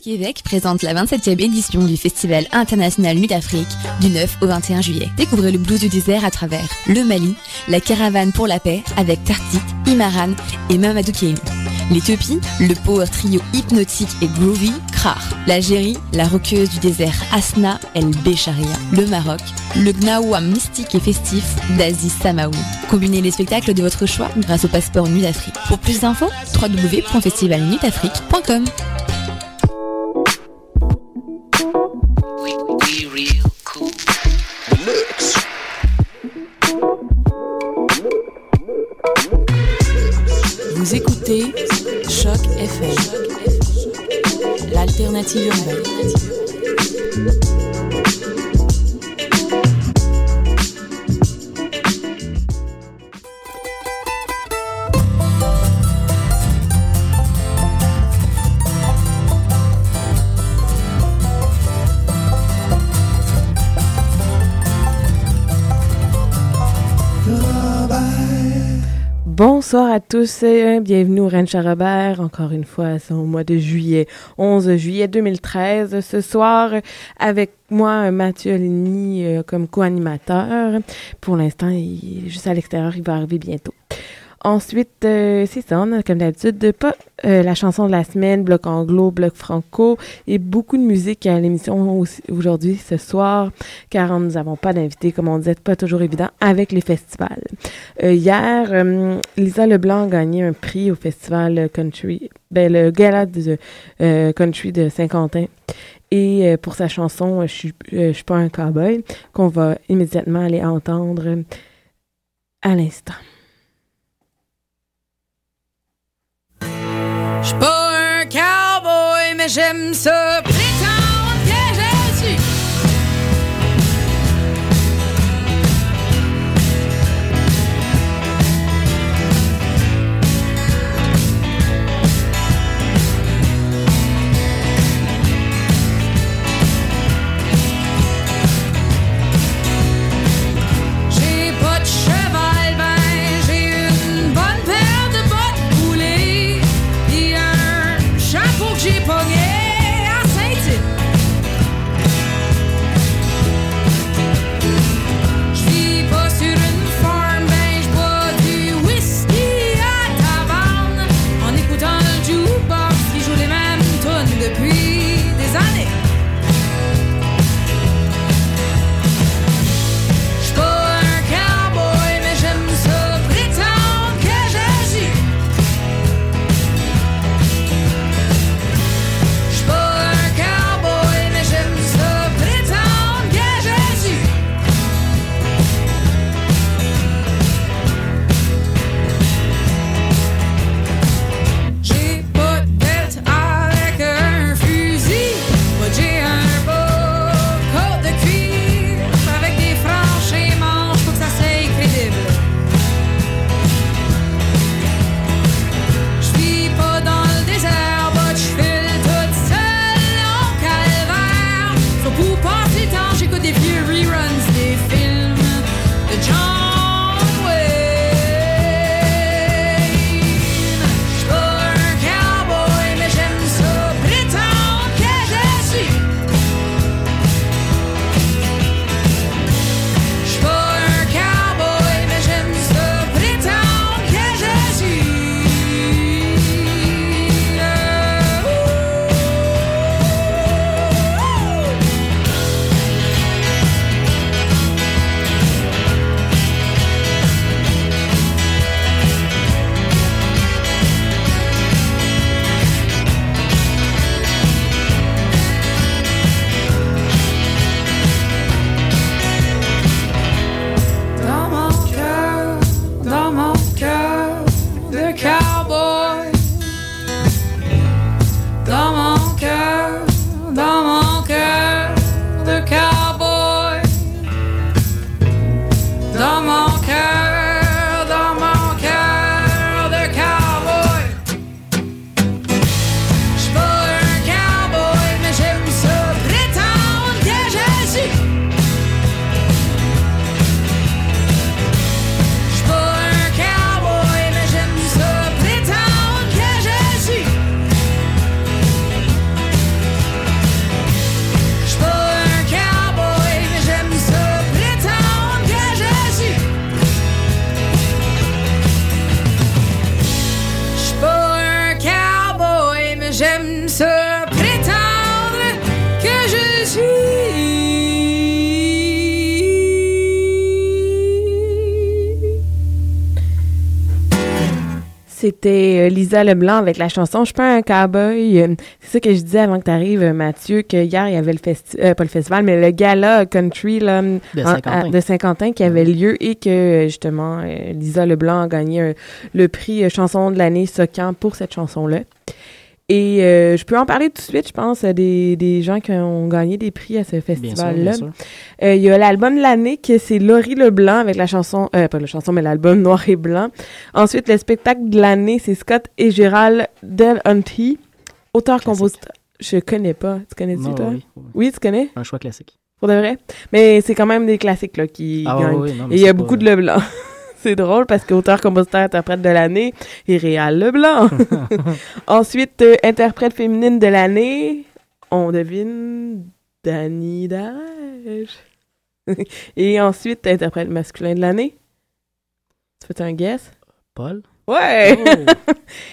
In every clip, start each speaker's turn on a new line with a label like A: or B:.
A: Québec présente la 27e édition du Festival international Nuit d'Afrique du 9 au 21 juillet. Découvrez le blues du désert à travers le Mali, la caravane pour la paix avec Tartik, Imaran et Mamadou Keïnou. L'Éthiopie, le power trio hypnotique et groovy Krar. L'Algérie, la rockeuse du désert Asna El Becharia. Le Maroc, le Gnawa mystique et festif d'Aziz Samaoui. Combinez les spectacles de votre choix grâce au passeport Nuit d'Afrique. Pour plus d'infos, www.festivalnuitafrique.com.
B: Vous écoutez Choc FM, l'alternative urbaine.
C: Bonsoir à tous et bienvenue au Ranch à Robert, encore une fois, c'est au mois de juillet, 11 juillet 2013. Ce soir, avec moi, Mathieu Aligny comme co-animateur. Pour l'instant, il est juste à l'extérieur, il va arriver bientôt. Ensuite, c'est ça, on a comme d'habitude pas la chanson de la semaine, bloc anglo, bloc franco et beaucoup de musique à l'émission aujourd'hui, ce soir, car nous n'avons pas d'invités, comme on disait, pas toujours évident, avec les festivals. Hier, Lisa Leblanc a gagné un prix au festival country, le gala de country de Saint-Quentin. Et pour sa chanson « Je suis pas un cowboy », qu'on va immédiatement aller entendre à l'instant.
D: Je suis pas un cowboy, mais j'aime ça prétendre que je suis. J'ai pas de cheval, ben j'ai une bonne paire de bottes roulées. Chapeau que j'ai pogné à 5
C: c'était Lisa Leblanc avec la chanson « Je suis pas un cowboy ». C'est ça que je disais avant que tu arrives, Mathieu, que hier, il y avait pas le festival, mais le gala country là, de Saint-Quentin qui avait lieu et que, justement, Lisa Leblanc a gagné le prix chanson de l'année Socan pour cette chanson-là. Et je peux en parler tout de suite, je pense, des gens qui ont gagné des prix à ce festival-là. Il y a l'album de l'année, que c'est Laurie Leblanc avec la chanson, pas la chanson, mais l'album Noir et Blanc. Ensuite, le spectacle de l'année, c'est Scott et Gérald Delhunty, auteur-compositeur. Je connais pas. Tu connais-tu, toi? Oui, tu connais?
E: Un choix classique.
C: Pour de vrai? Mais c'est quand même des classiques là, qui gagnent.
E: Oui, non, mais
C: et il y a beaucoup de Leblanc. C'est drôle parce qu'auteur, compositeur, interprète de l'année, et Réal Leblanc. Ensuite, interprète féminine de l'année, on devine Dani Darèche. Et ensuite, interprète masculin de l'année. Tu fais un guess?
E: Paul?
C: Ouais! Oh.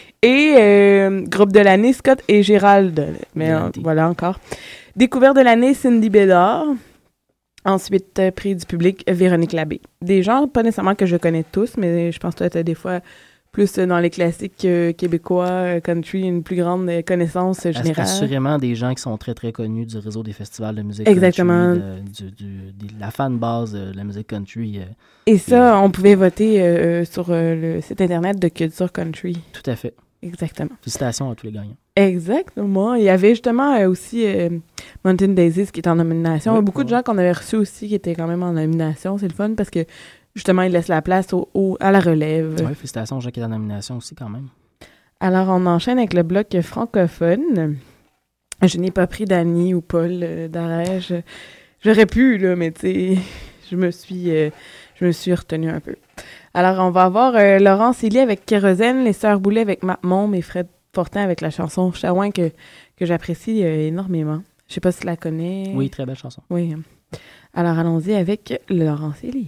C: Et groupe de l'année, Scott et Gérald. Mais voilà encore. Découverte de l'année, Cindy Bédard. Ensuite, prix du public, Véronique Labbé. Des gens, pas nécessairement que je connais tous, mais je pense que tu as des fois plus dans les classiques québécois, country, une plus grande connaissance générale.
E: Assurément des gens qui sont très, très connus du réseau des festivals de musique
C: exactement.
E: country, de la fan-base de la musique country.
C: Et ça, on pouvait voter sur le site Internet de Culture Country.
E: Tout à fait.
C: Exactement.
E: Félicitations à tous les gagnants.
C: Exactement. Il y avait justement aussi Mountain Daisies qui est en nomination. Oui, beaucoup de gens qu'on avait reçus aussi qui étaient quand même en nomination. C'est le fun parce que justement, ils laissent la place à la relève.
E: Oui, félicitations aux gens qui étaient en nomination aussi quand même.
C: Alors, on enchaîne avec le bloc francophone. Je n'ai pas pris Dani ou Paul Darèche. J'aurais pu, là, mais tu sais, je me suis retenue un peu. Alors, on va avoir Laurence Elie avec Kérosène, les Sœurs Boulet avec Matt Monm et Fred Fortin avec la chanson Chouin que j'apprécie énormément. Je sais pas si tu la connais.
E: Oui, très belle chanson.
C: Oui. Alors, allons-y avec Laurence Elie.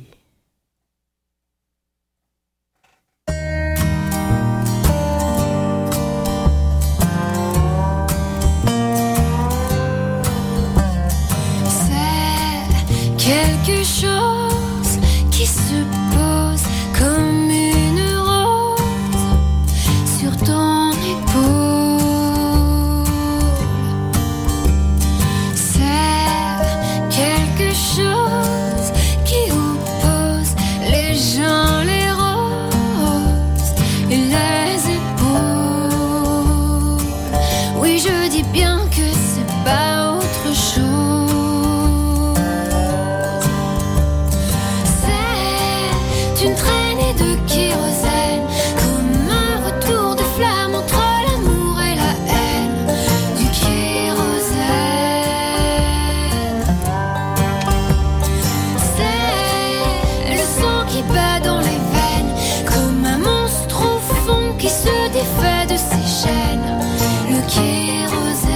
F: C'est quelque chose qui se pose comme une rose sur ton épaule. C'est quelque chose qui oppose les gens, les roses et les épaules. Oui, je dis bien que c'est pas autre chose. C'est une traînée de kérosène, comme un retour de flamme entre l'amour et la haine. Du kérosène, c'est le sang qui bat dans les veines, comme un monstre au fond qui se défait de ses chaînes. Le kérosène,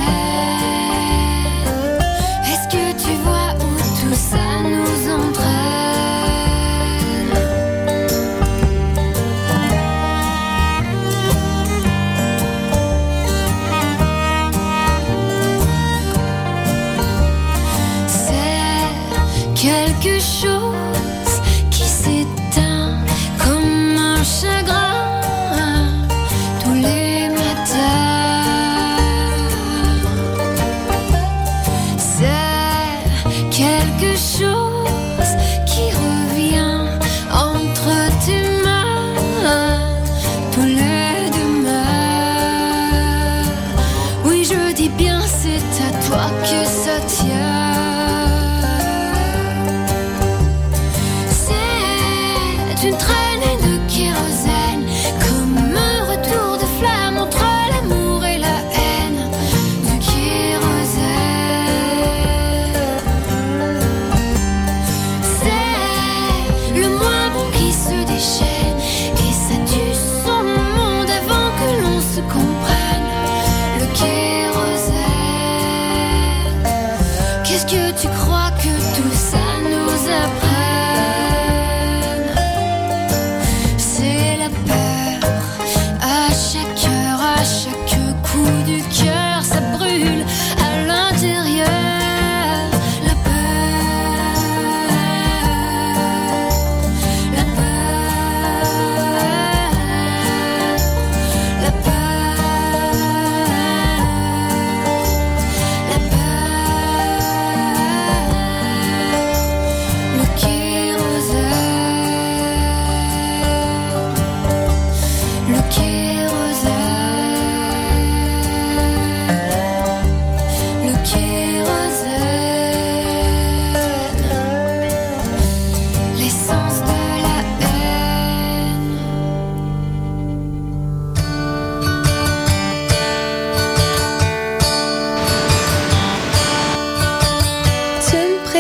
F: est-ce que tu vois où tout ça nous entraîne? Quelque chose qui s'éteint comme un chagrin tous les matins. C'est quelque chose qui revient entre tes mains tous les demain. Oui, je dis bien, c'est à toi que ça tient. Une traînée de kérosène, comme un retour de flamme entre l'amour et la haine. Du kérosène, c'est le moins bon qui se déchaîne, et ça tue son monde avant que l'on se comprenne. Le kérosène, qu'est-ce que tu crois que tout ça nous apprend?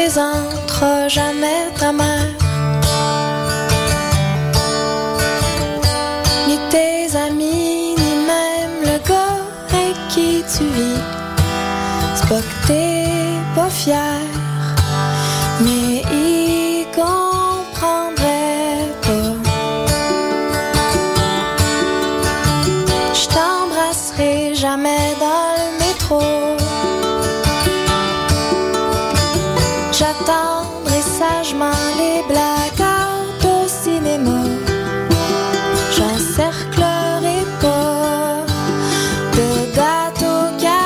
F: présentera jamais ta mère, ni tes amis, ni même le gars avec qui tu vis. C'est pas que t'es pas fier, mais il comprendrait pas. Je t'embrasserai jamais dans le métro. J'attendrai sagement les blackouts au cinéma. J'encerclerai pas de date au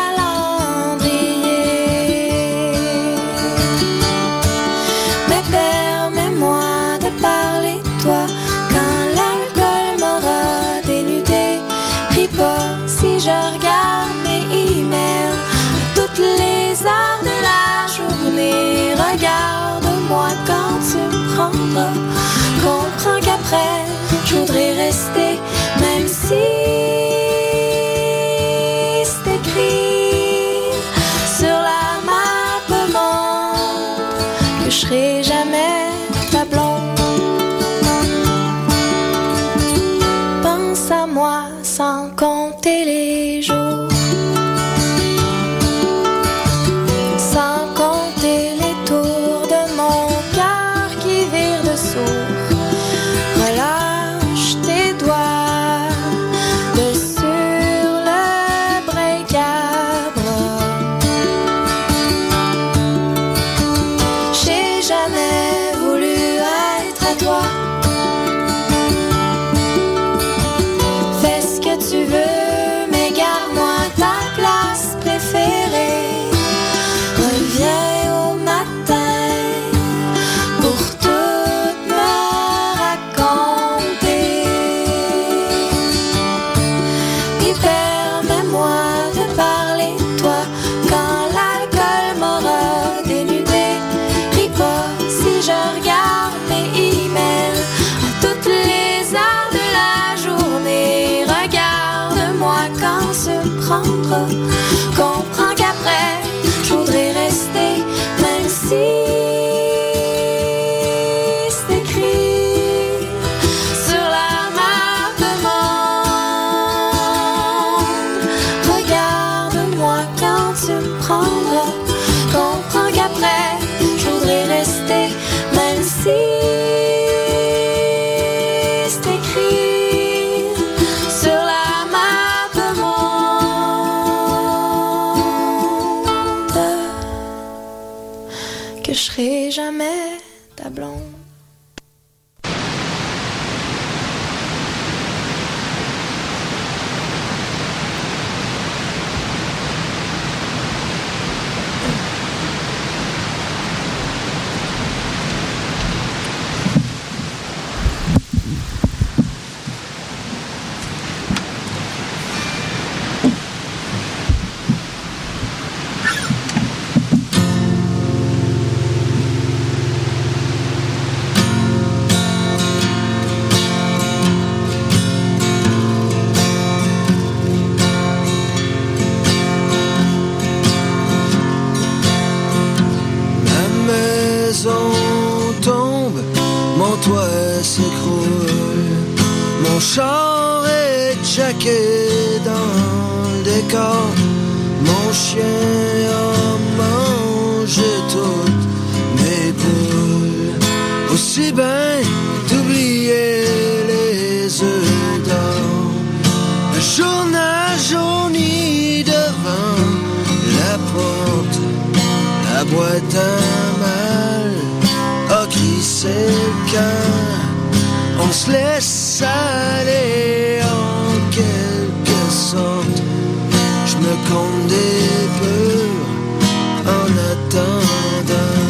F: calendrier. Mais permets-moi de parler de toi quand l'alcool m'aura dénudé. Ris pas si je regarde mes emails à toutes les heures de la journée. Regarde-moi quand tu me prendras. Comprends qu'après, je voudrais rester, même si c'est écrit sur la map monde que je serai jamais ta blonde. Pense à moi sans compter les jours, sans compter les tours de mon cœur qui vire de sourd. Relâche tes doigts de sur le break-à-bras. J'ai jamais voulu être à toi. Fais ce que tu veux, mais garde-moi ta place préférée. Reviens au matin pour tout me raconter. Et permets-moi de parler de toi quand l'alcool m'aura dénudé. Ris pas si je regarde mes emails à toutes les heures de la journée. Regarde-moi quand se prendra. Comprends qu'après, je voudrais rester, même si c'est écrit sur la map monde. Regarde-moi quand tu me prendras. Comprends qu'après, je voudrais rester, même si c'est écrit sur la map monde que je serai jamais ta blonde.
G: toit s'écroule. Mon char est jacké dans le décor. Mon chien a mangé toutes mes boules. Aussi bien d'oublier les œufs d'or. Le journal jauni devant la porte. La boîte à mal a crissé le camp. On se laisse aller en quelque sorte. Je me compte des peurs en attendant.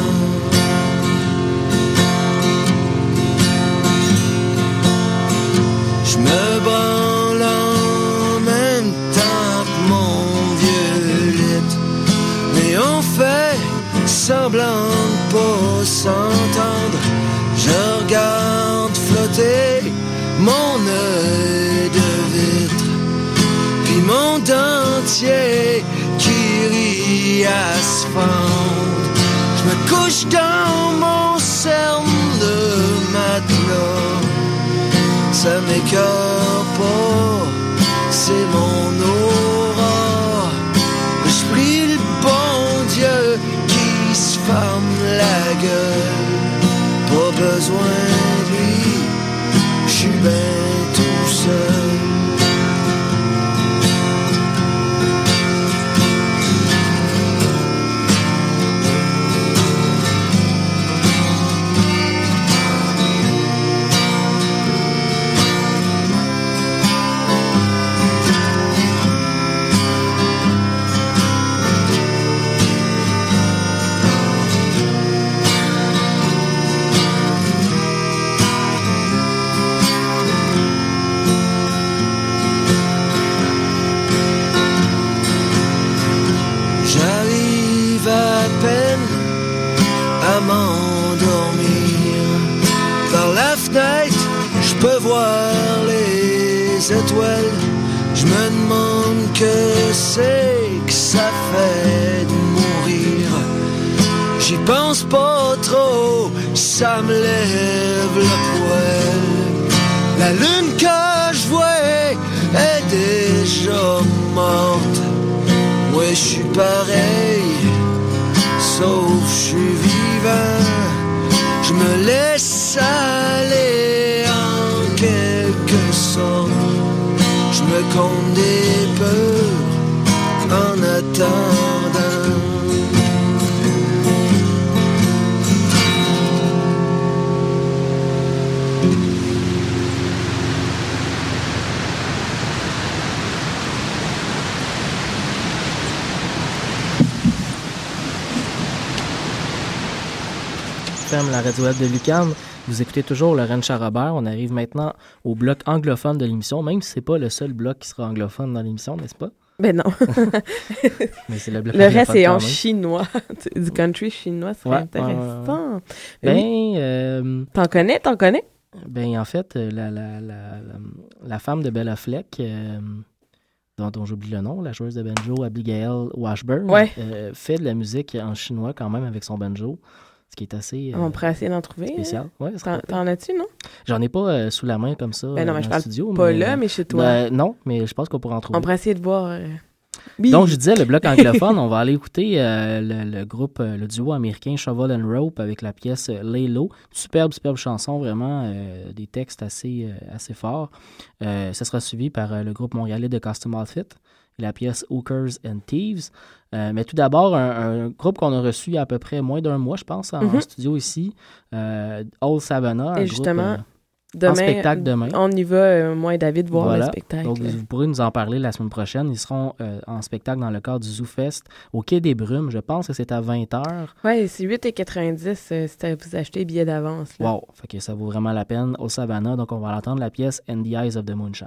G: Je me branle en même temps que mon vieux lit. Mais on fait semblant de pas s'entendre. Je regarde flotter mon œil de vitre, puis mon dentier qui rit à se fendre. Je me couche couche dans mon cerne le matelas. Ça m'écoeure pas, c'est mon aura. Je prie le bon Dieu qui se ferme la gueule. Pas besoin de lui, je suis ben tout seul. À m'endormir. Par la fenêtre, je peux voir les étoiles. Je me demande que c'est que ça fait de mourir. J'y pense pas trop, ça me lève le poil. La lune que je vois est déjà morte. Moi je suis pareil, sauf je suis vivant. Je me laisse aller en quelque sorte. Je me compte des peurs en attendant.
E: La radio web de l'UQAM. Vous écoutez toujours Lorraine Charrobert. On arrive maintenant au bloc anglophone de l'émission, même si c'est pas le seul bloc qui sera anglophone dans l'émission, n'est-ce pas?
C: Ben non.
E: Mais c'est le bloc
C: le reste est en chinois, du country chinois, c'est intéressant. T'en connais?
E: Ben en fait, la femme de Bella Fleck, dont j'oublie le nom, la joueuse de banjo Abigail Washburn, fait de la musique en chinois quand même avec son banjo. Ce qui est assez
C: on pourrait essayer d'en trouver.
E: Spécial.
C: Hein? Ouais, t'en as-tu, non?
E: J'en ai pas sous la main comme ça
C: non, mais
E: dans
C: je
E: le studio.
C: Pas là, mais chez toi.
E: Non, mais je pense qu'on pourra en trouver.
C: On pourrait essayer de voir.
E: Donc, je disais, le bloc anglophone, on va aller écouter le groupe, le duo américain Shovel and Rope avec la pièce Lay Low. Superbe chanson, vraiment, des textes assez forts. Ça sera suivi par le groupe montréalais de Costume Outfit et la pièce Hookers and Thieves. Mais tout d'abord, un groupe qu'on a reçu il y a à peu près moins d'un mois, je pense, en studio ici, Old Savannah.
C: Et justement,
E: en spectacle demain.
C: On y va, moi et David, voir le spectacle.
E: Donc, vous pourrez nous en parler la semaine prochaine. Ils seront en spectacle dans le cadre du ZooFest au Quai des Brumes. Je pense que c'est à 20h.
C: Oui, c'est 8,90 si vous achetez billets d'avance. Là.
E: Wow! Fait que ça vaut vraiment la peine. Old Savannah, donc on va entendre la pièce And the Eyes of the Moonshine.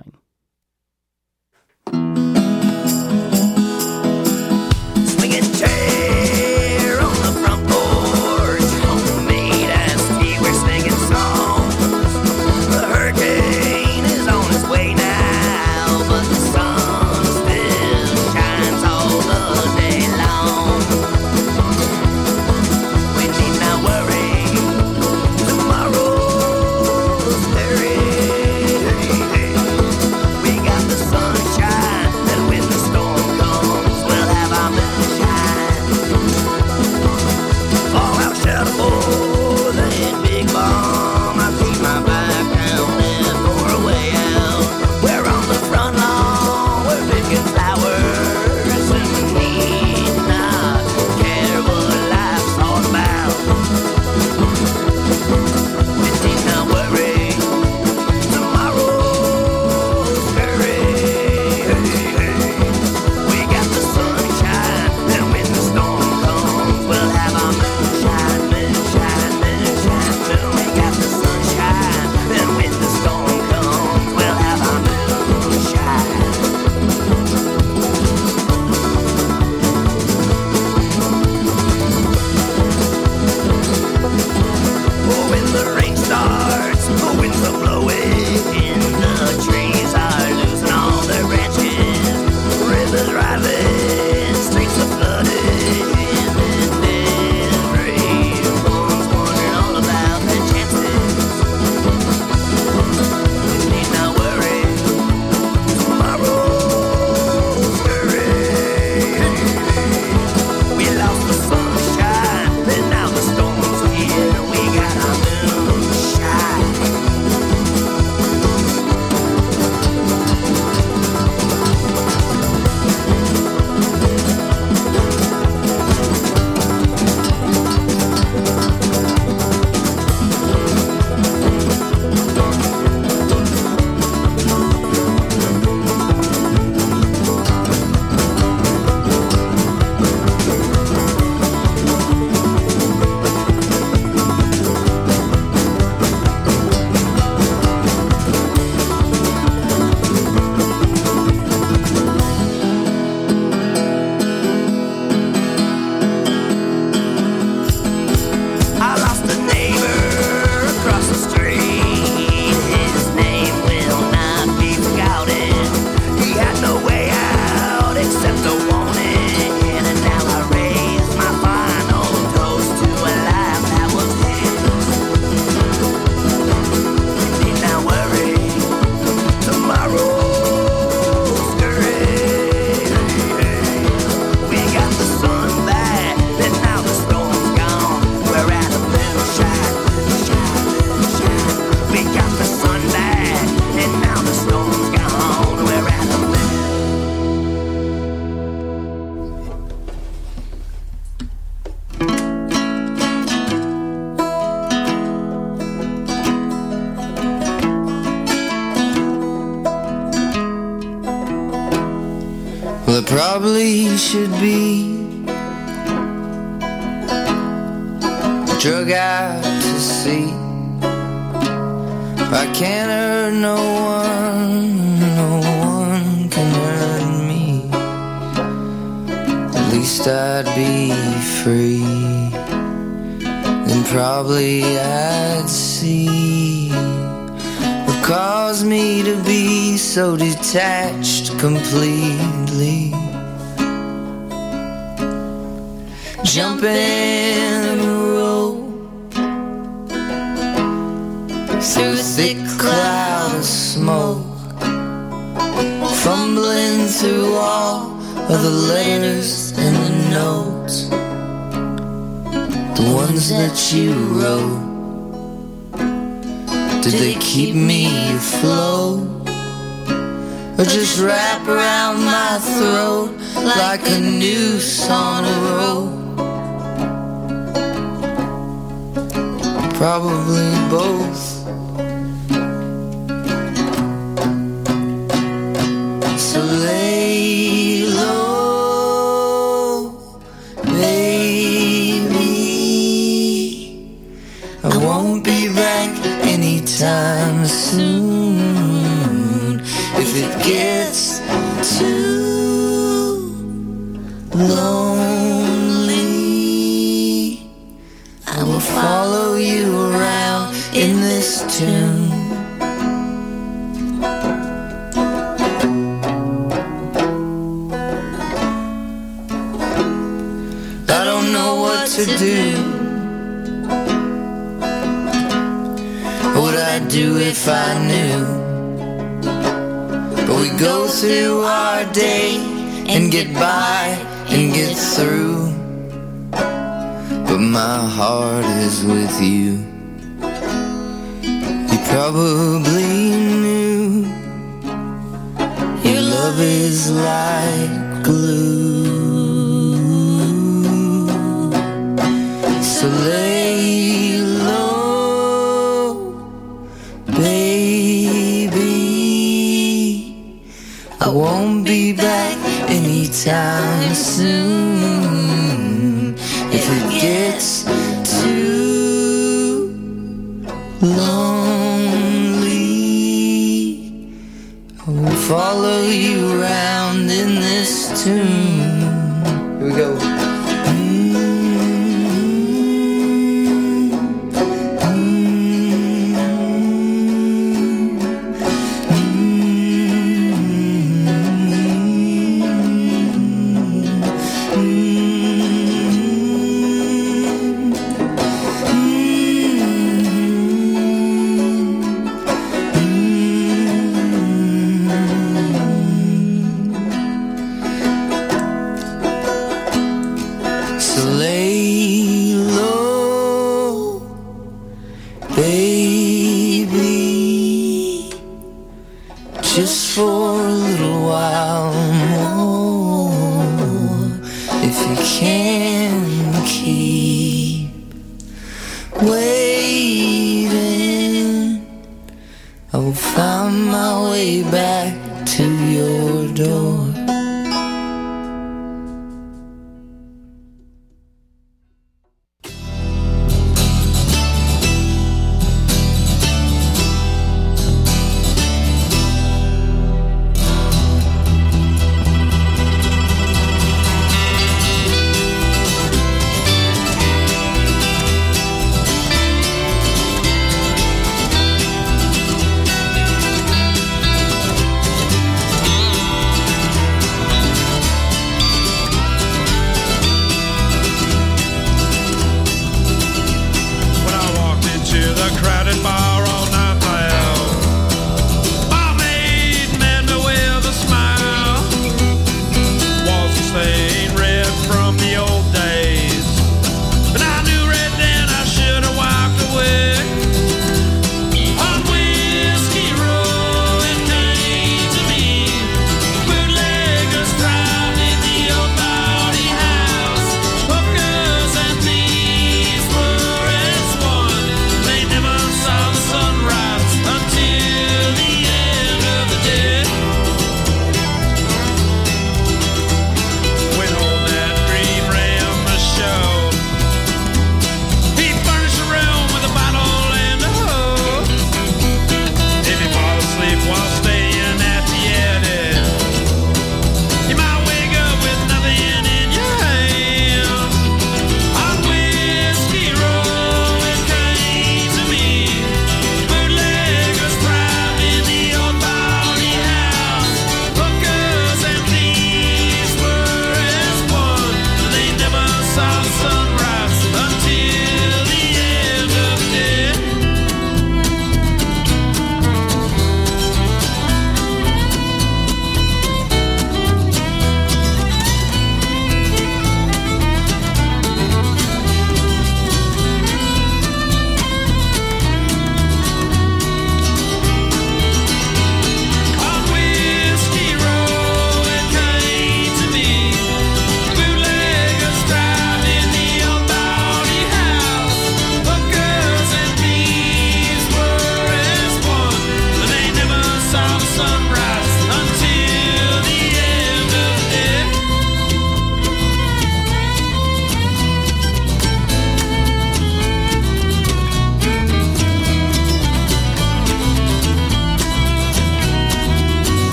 H: Moonshine.
G: probably should be drug out to sea. I can't hurt no one can hurt me. At least I'd be free. Then probably I'd see what caused me to be so detached completely. Jumping a rope through a thick cloud of smoke, fumbling through all of the letters and the notes, the ones that you wrote. Did they keep me afloat, or just wrap around my throat like a noose on a rope? Probably both. So lay low, baby. I won't be back anytime soon. If it gets too lonely, I will follow you around in this tune. I don't know what to do. What would I do if I knew? But we go through our day and get by and get through. But my heart is with you. You probably knew your love is like glue. So lay low, baby. I won't be back anytime soon. If it gets too lonely, I will follow you around in this tune. Here we go.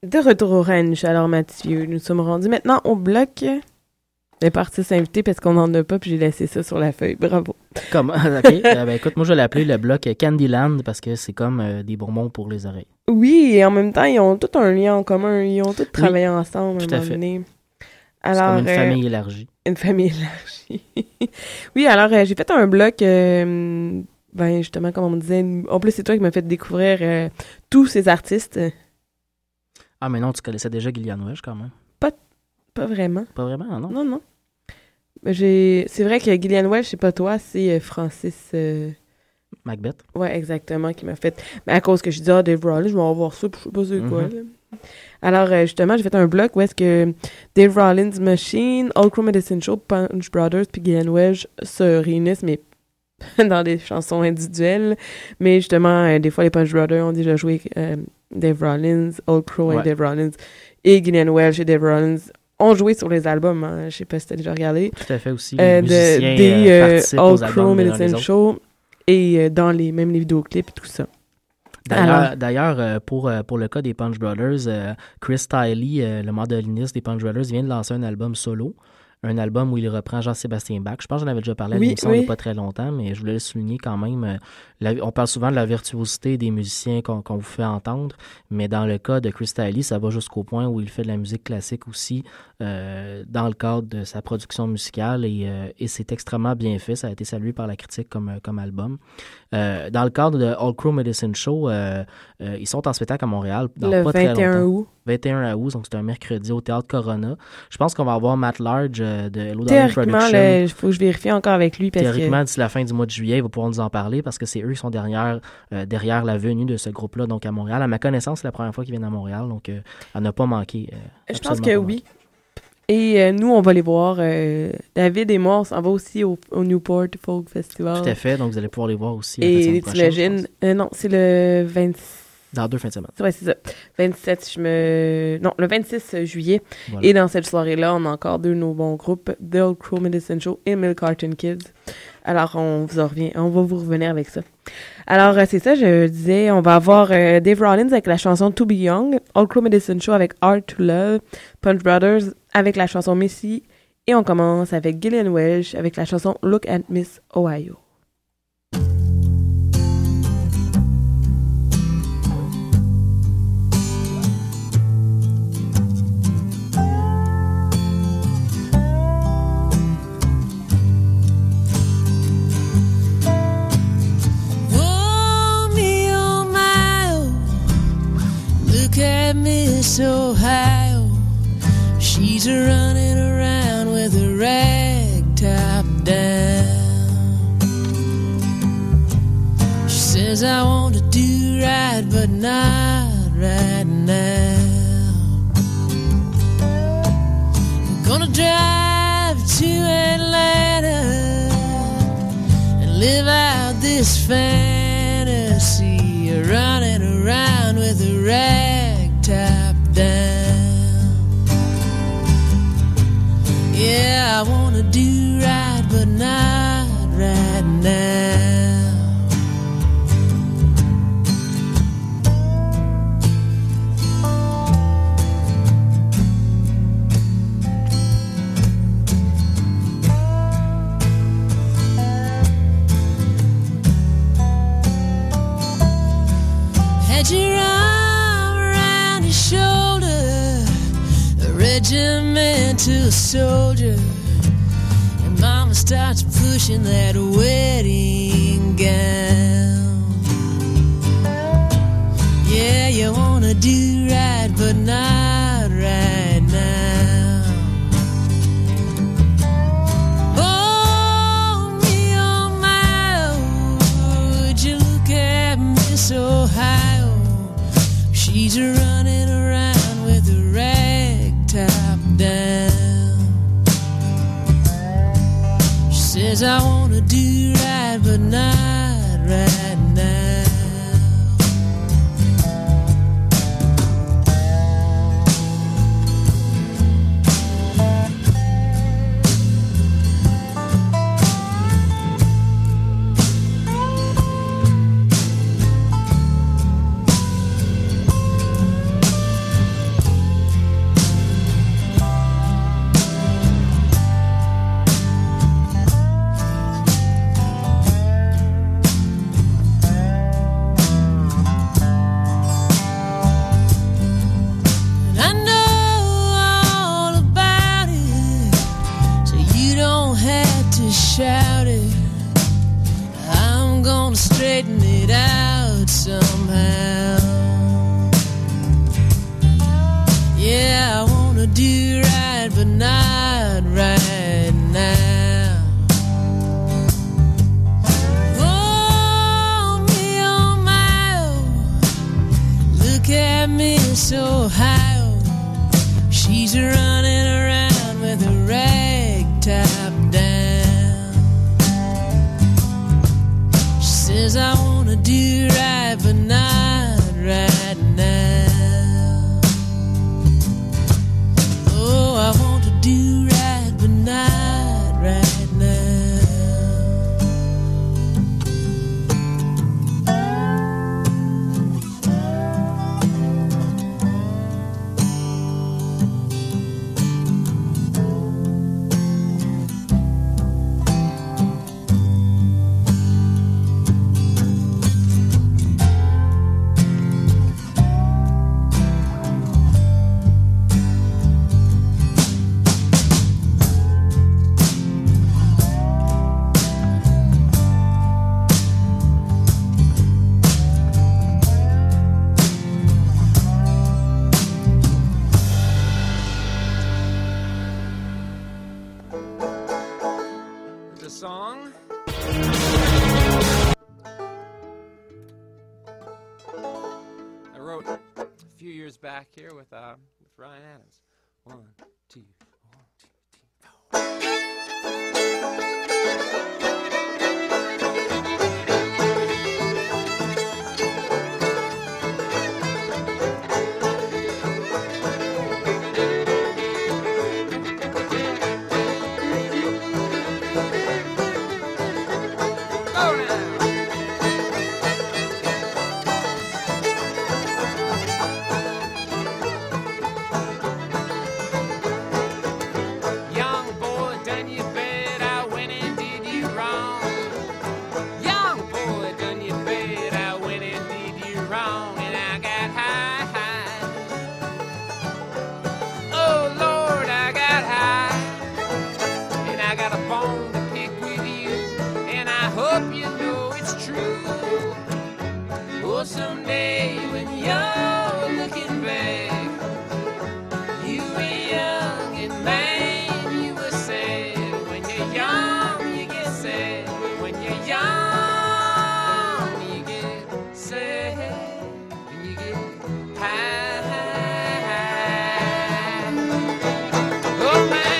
C: De retour au ranch, alors Mathieu, nous sommes rendus maintenant au bloc des artistes invités parce qu'on n'en a pas, puis j'ai laissé ça sur la feuille. Bravo.
E: Comment? OK. Ben, écoute, moi, je vais l'appeler le bloc Candyland parce que c'est comme des bonbons pour les oreilles.
C: Oui, et en même temps, ils ont tous un lien en commun. Ils ont tous travaillé ensemble
E: tout
C: à un
E: à
C: moment
E: fait.
C: donné.
E: C'est
C: Alors,
E: comme une famille élargie.
C: Une famille élargie. Oui, alors j'ai fait un bloc, justement, comme on me disait, en plus c'est toi qui m'as fait découvrir tous ces artistes.
E: Ah, mais non, tu connaissais déjà Gillian Welch quand même.
C: Pas vraiment.
E: Pas vraiment, non?
C: Non. C'est vrai que Gillian Welch, c'est pas toi, c'est Francis...
E: Macbeth.
C: Ouais, exactement, qui m'a fait... Mais à cause que je dis, Dave Rollins, je vais en voir ça, puis je sais pas c'est quoi, là. Alors, justement, j'ai fait un bloc où est-ce que Dave Rollins Machine, All Crow Medicine Show, Punch Brothers puis Gillian Welch se réunissent, mais dans des chansons individuelles. Mais justement, des fois, les Punch Brothers ont déjà joué Dave Rollins, All Crow et Dave Rollins. Et Gillian Welch et Dave Rollins ont joué sur les albums. Hein. Je sais pas si t'as déjà regardé.
E: Tout à fait aussi. Les musiciens participent
C: All
E: aux albums
C: Crow
E: les uns
C: Medicine
E: les autres.
C: Show et dans les vidéoclips et tout ça.
E: D'ailleurs, pour le cas des Punch Brothers, Chris Tiley, le mandoliniste des Punch Brothers, vient de lancer un album solo. Un album où il reprend Jean-Sébastien Bach. Je pense que j'en avais déjà parlé à l'émission il n'y a pas très longtemps, mais je voulais le souligner quand même. On parle souvent de la virtuosité des musiciens qu'on vous fait entendre, mais dans le cas de Chris Tiley, ça va jusqu'au point où il fait de la musique classique aussi dans le cadre de sa production musicale et c'est extrêmement bien fait. Ça a été salué par la critique comme album. Dans le cadre de All Crow Medicine Show, ils sont en spectacle à Montréal dans
C: le
E: pas
C: 21
E: très longtemps.
C: août.
E: 21 août, donc c'est un mercredi au Théâtre Corona. Je pense qu'on va avoir Matt Large de Hello Darling
C: Théoriquement,
E: Production.
C: il faut que je vérifie encore avec lui. Parce
E: Théoriquement, d'ici la fin du mois de juillet, il va pouvoir nous en parler parce que c'est eux qui sont derrière la venue de ce groupe-là, donc à Montréal. À ma connaissance, c'est la première fois qu'ils viennent à Montréal, donc à ne pas manquer.
C: Je pense que oui. Et nous, on va les voir. David et moi, on s'en va aussi au Newport Folk Festival.
E: Tout à fait, donc vous allez pouvoir les voir aussi.
C: Et t'imagines, non, c'est le 26.
E: Dans 2 fins de semaine.
C: Ouais, c'est ça. 27, Non, le 26 juillet.
E: Voilà.
C: Et dans cette soirée-là, on a encore 2 de nos bons groupes, The Old Crow Medicine Show et Milk Carton Kids. Alors, on va vous revenir avec ça. Alors, c'est ça, je disais, on va avoir Dave Rollins avec la chanson To Be Young, Old Crow Medicine Show avec Art to Love, Punch Brothers avec la chanson Missy, et on commence avec Gillian Welch avec la chanson Look at Miss Ohio.
H: Miss Ohio, she's running around with a rag top down. She says I want to do right, but not right now. I'm gonna drive to Atlanta and live out this fantasy of running around with a rag top down. Yeah, I wanna do right, but not right now. Had your arm around your shoulder, a regimental soldier, and mama starts pushing that wedding gown. Yeah, you wanna do right, but not right now. Oh, me, oh my, oh, would you look at Miss Ohio? She's running around with a rag top down. She says I wanna do right, but not right now. straighten it out somehow. Yeah, I wanna do right, but not right now. Oh, me, oh my, oh, look at me so high. Oh, she's running around with a rag top down. She says I wanna do right, but not right now. Oh, I want to do right, but not right now.
I: Back here with Ryan Adams. 1, 2, 1, 2, 3. Go now! Someday when you're looking back, you were young and man, you were sad. When you're young, you get sad. When you're young, you get sad. And you get high. Oh man.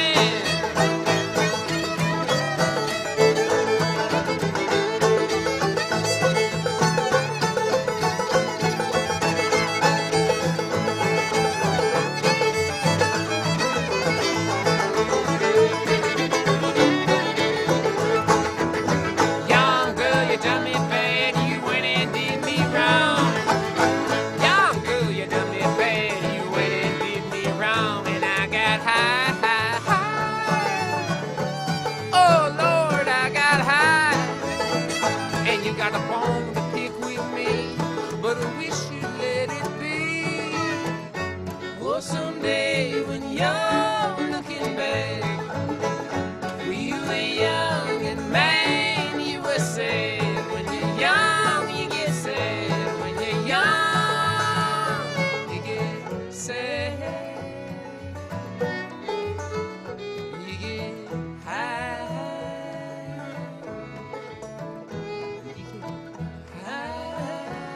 I: Someday when you're looking back, you were young and man, you were sad. When you're young, you get sad. When you're young, you get sad. You get high. You get high.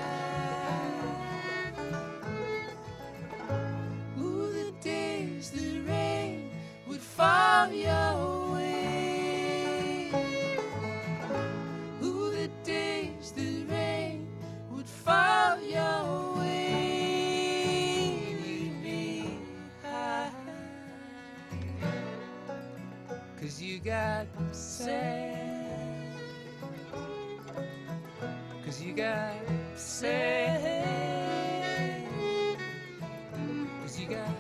I: The rain would fall your way. Ooh, the days the rain would fall your way. You'd be high, 'cause you got sad. 'Cause you got sad. 'Cause you got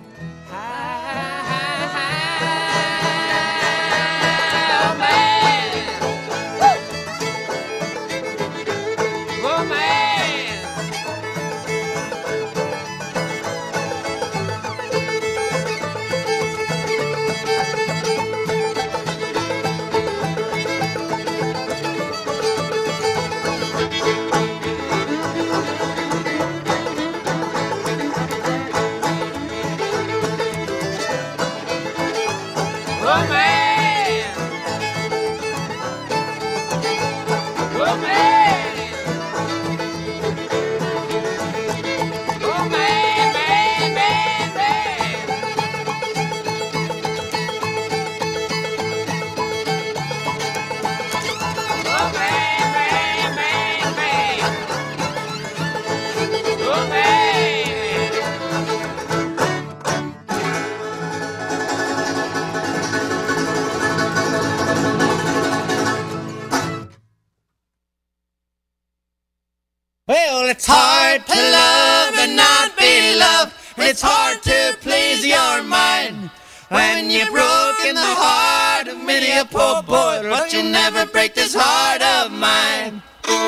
G: Well, it's hard to love and not be loved. It's hard to please your mind when you've broken the heart of many a poor boy, but you'll never break this heart of mine.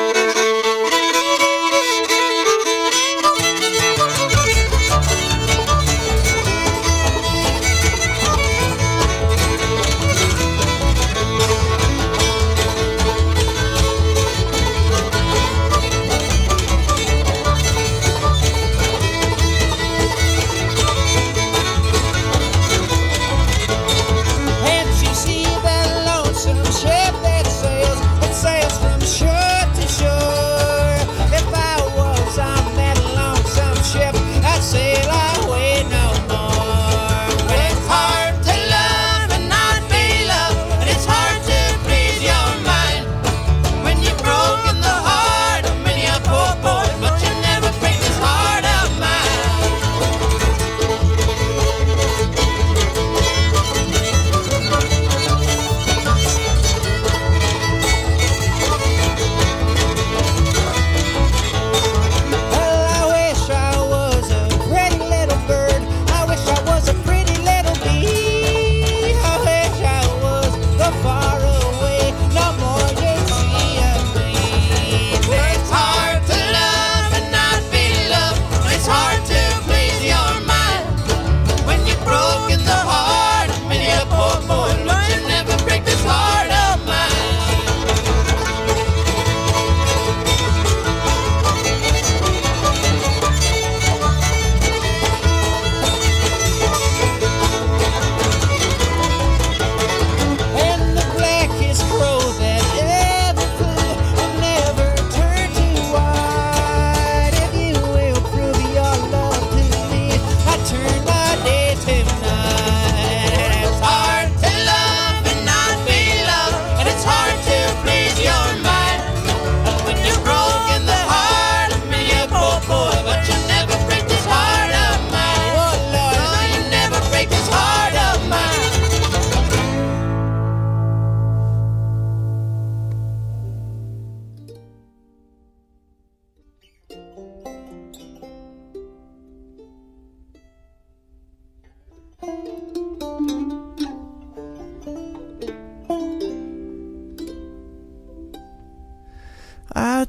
J: I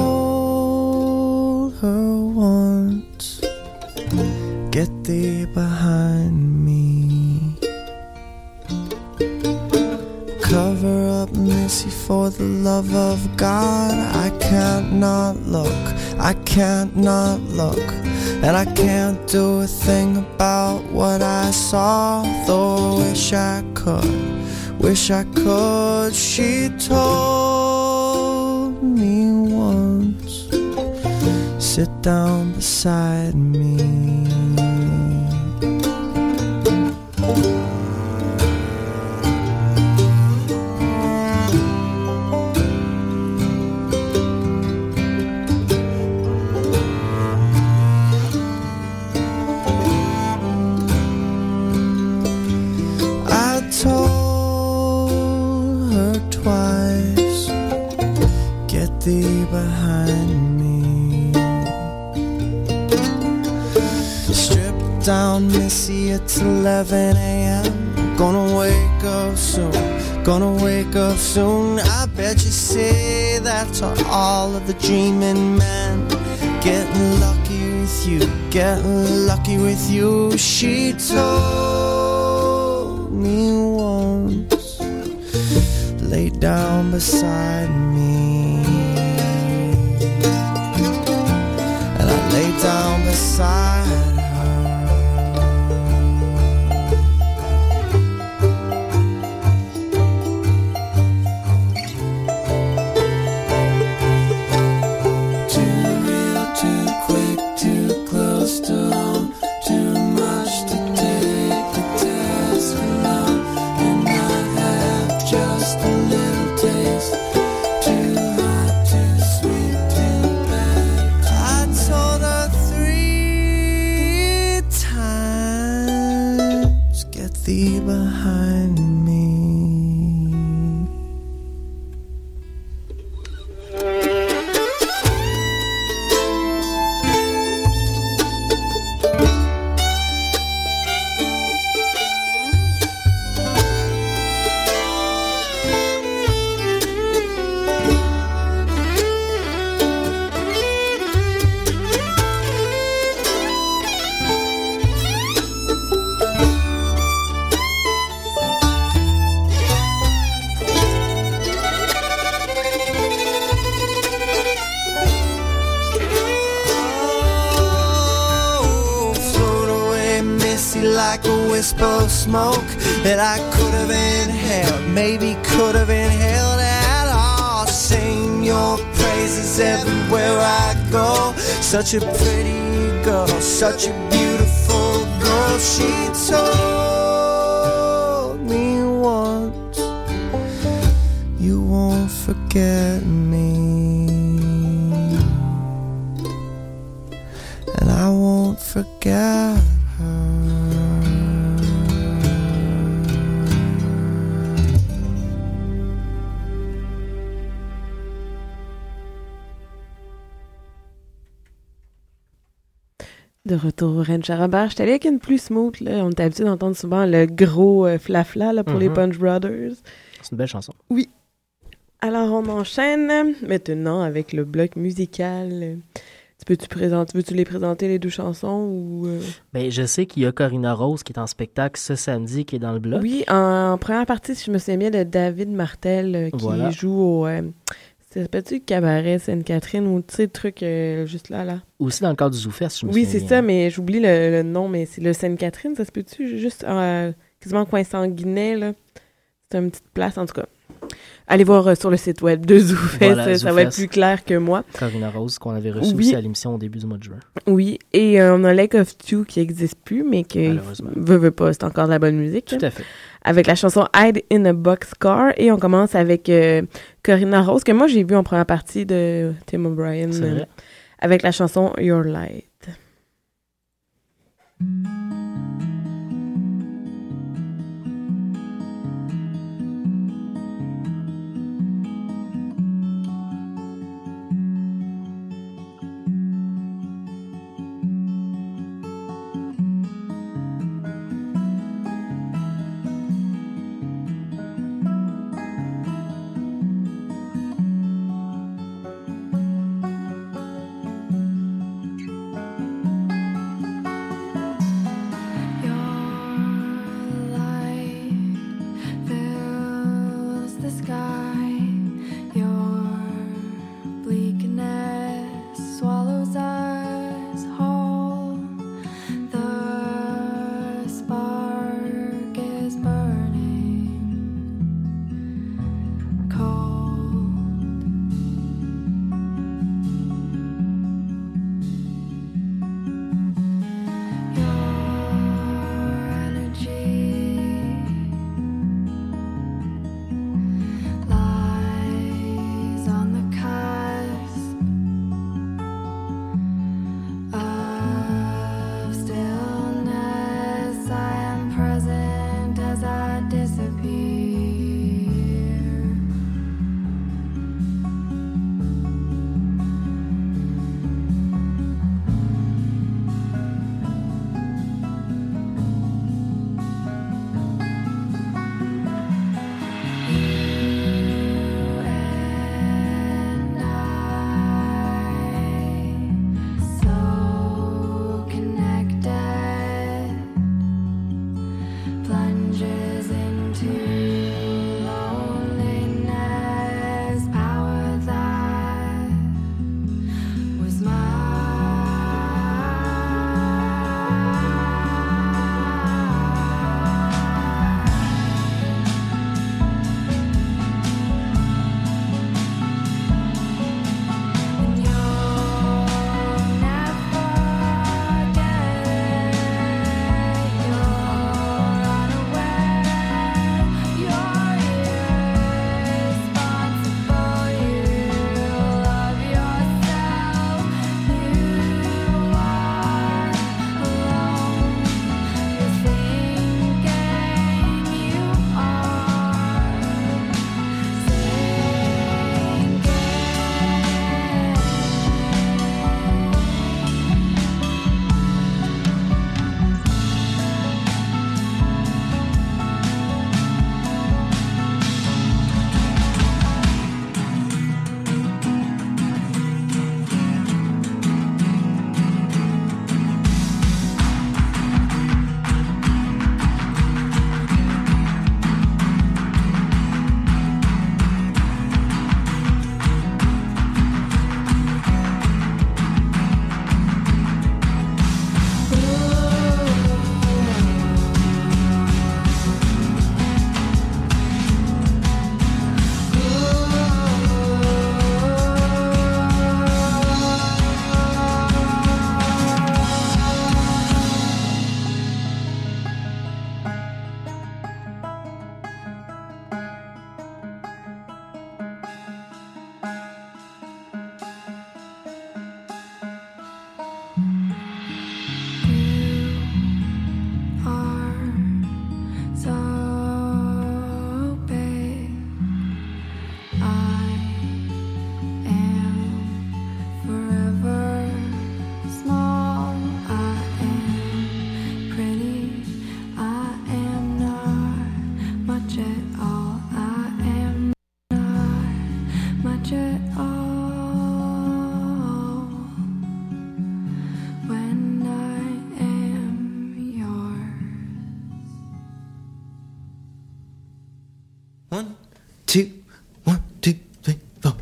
J: told her once, get thee behind me. Cover up, Missy, for the love of God. I can't not look, I can't not look, and I can't do a thing about what I saw. Though I wish I could. She told me once, sit down beside me. I told her twice, get thee behind me. Strip down, Missy, it's 11 a.m. Gonna wake up soon. I bet you say that to all of the dreaming men. Getting lucky with you. She told me once, lay down beside me. And I lay down beside her.
G: Too quick, too close to home. Too much to take the test alone, and not have just a little taste. Too
J: like a wisp of smoke that I could have inhaled, maybe could have inhaled at all. Sing your praises everywhere I go. Such a pretty girl, such a beautiful girl. She told me once, you won't forget me, and I won't forget her.
C: De retour au Ranch à Robert, j'étais allée avec une plus smooth, là. On est habitué d'entendre souvent le gros flafla là, pour les Punch Brothers.
E: C'est une belle chanson.
C: Oui. Alors, on enchaîne maintenant avec le bloc musical. Veux-tu les présenter, les deux chansons? Ou
E: Ben, je sais qu'il y a Corinna Rose qui est en spectacle ce samedi, qui est dans le bloc.
C: Oui, en première partie, si je me souviens bien, de David Martel qui joue au... ça s'appelle-tu Cabaret Sainte-Catherine ou tu sais, le truc juste là?
E: Aussi dans le cadre du ZooFest, je me
C: Oui,
E: souviens
C: c'est
E: bien.
C: ça, mais j'oublie le nom, mais c'est le Sainte-Catherine, ça se peut-tu? Juste quasiment coin Sanguinet, là. C'est une petite place, en tout cas. Allez voir sur le site web de ZooFest,
E: Voilà,
C: ça va être plus clair que moi.
E: Corinna Rose, qu'on avait reçu
C: Oui.
E: aussi à l'émission au début du mois de juin.
C: Oui, et on a Lake of Two qui n'existe plus, mais que
E: Malheureusement.
C: veut pas, c'est encore de la bonne musique.
E: Tout à fait.
C: Avec la chanson Hide in a Boxcar, et on commence avec Corinna Rose, que moi j'ai vu en première partie de Tim O'Brien,
E: C'est vrai.
C: avec la chanson Your Light.
F: much at all when I am yours.
J: 1, 2, 1, 2, 3, 4.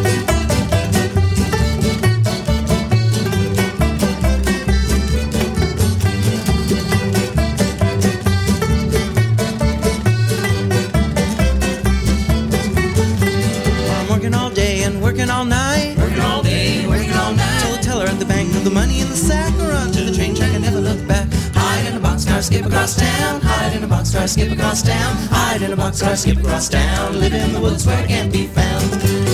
J: Working all night, working all day, working all night. Till the teller at the bank of the money in the sack, or run to the train track and never look back. Hide in a boxcar, skip across town. Hide in a boxcar, skip across town. Hide in a boxcar, skip across town. Live in the woods where it can't be found.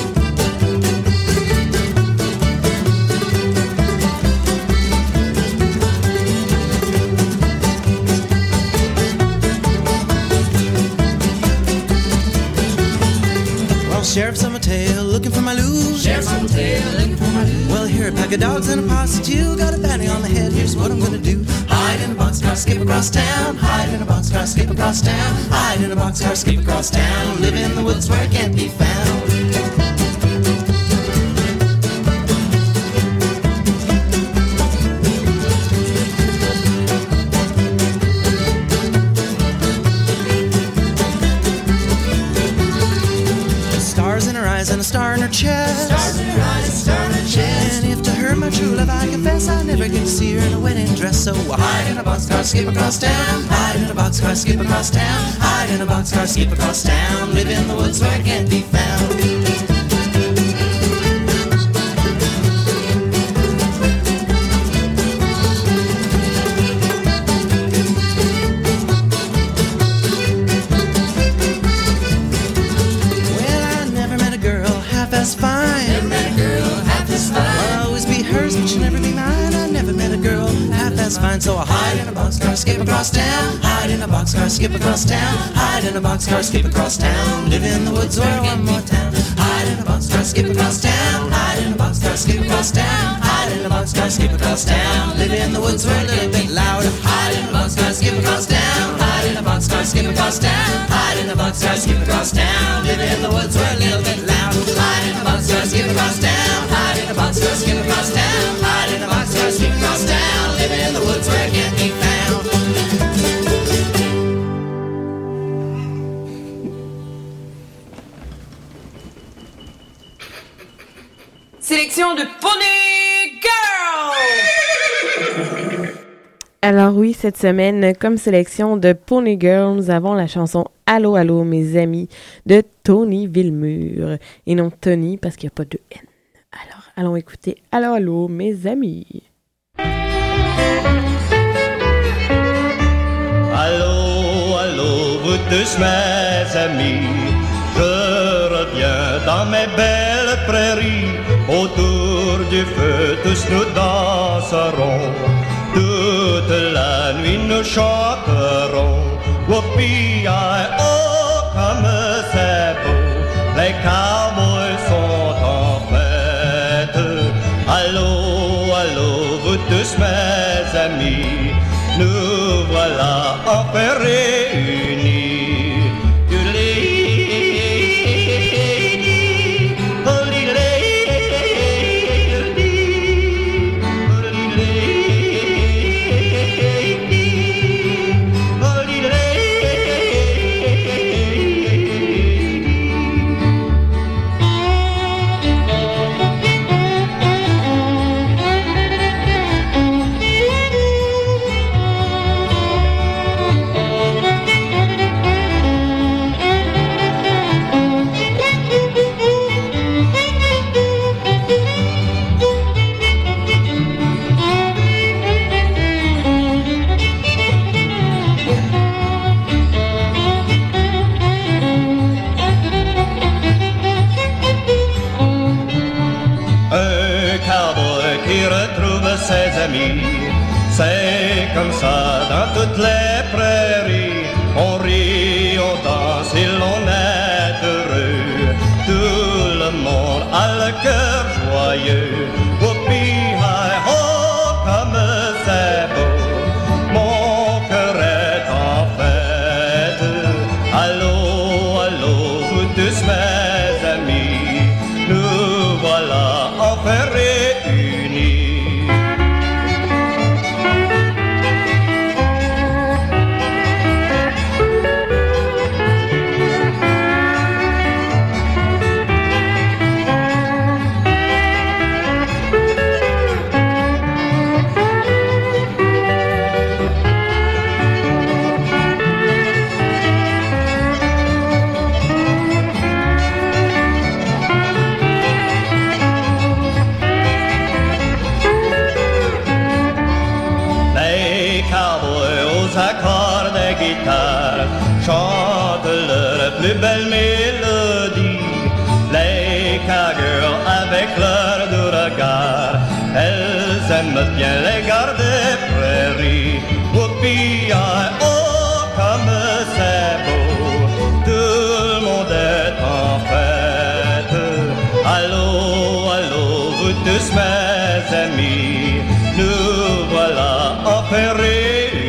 J: Sheriff's on my tail, looking for my loot. Sheriff's on my tail, looking for my loot. Well, here a pack of dogs and a prostitute. Got a bounty on the head, here's what I'm gonna do. Hide in a boxcar, skip across town. Hide in a boxcar, skip across town. Hide in a boxcar, skip across town. Live in the woods where it can't be found. And a star in her chest. Stars in her eyes, a star in her chest. And if to her my true love I confess, I never get to see her in a wedding dress. So I hide in a boxcar, skip across town. Hide in a boxcar, skip across town. Hide in a boxcar, skip across town. Live in the woods where it can't be found. Fine, so I hide in a boxcar, skip across town. Hide in a boxcar, skip across town. Hide in a boxcar, skip across town. Live in the woods where one more town. Hide in a boxcar, skip across town. Hide in a boxcar, skip across town. Hide in a boxcar, skip across town. Live in the woods where a little bit louder. Hide in a boxcar, skip across town. Hide in a boxcar, skip across town. Hide in a boxcar, skip across town. Live in the woods where a little bit louder. Hide in a boxcar, skip across town. Hide in a boxcar, skip across town. Hide in a boxcar, skip across town. Live in the woods where it can't be found.
B: Sélection de Pony Girl!
C: Alors oui, cette semaine, comme sélection de Pony Girl, nous avons la chanson Allô, allô, mes amis de Tony Villemur. Et non Tony, parce qu'il n'y a pas de N. Alors, allons écouter Allô, allô, mes amis.
K: Allô, allô, vous tous mes amis, je reviens dans mes belles prairies, autour du feu tous nous danserons, toute la nuit nous chanterons, whoopie-i-oh, comme c'est beau, les cowboys sont en fête. Allô, allô, vous tous mes amis, nous voilà enfin réunis. C'est comme ça dans toutes les prairies, on rit, on danse et l'on est heureux. Tout le monde a le cœur joyeux. Whoopie-hi-ho, comme c'est beau, mon cœur est en fête. Allô, allô, vous tous mes amis, enfin réunis. Accords de guitare chantent leur plus belle mélodie. Les cowgirls avec leur doux regard, elles aiment bien les gars des prairies. Whoopie-I-oh, comme c'est beau, tout le monde est en fête. Allô, allô, vous tous mes amis, nous voilà enfin réunis.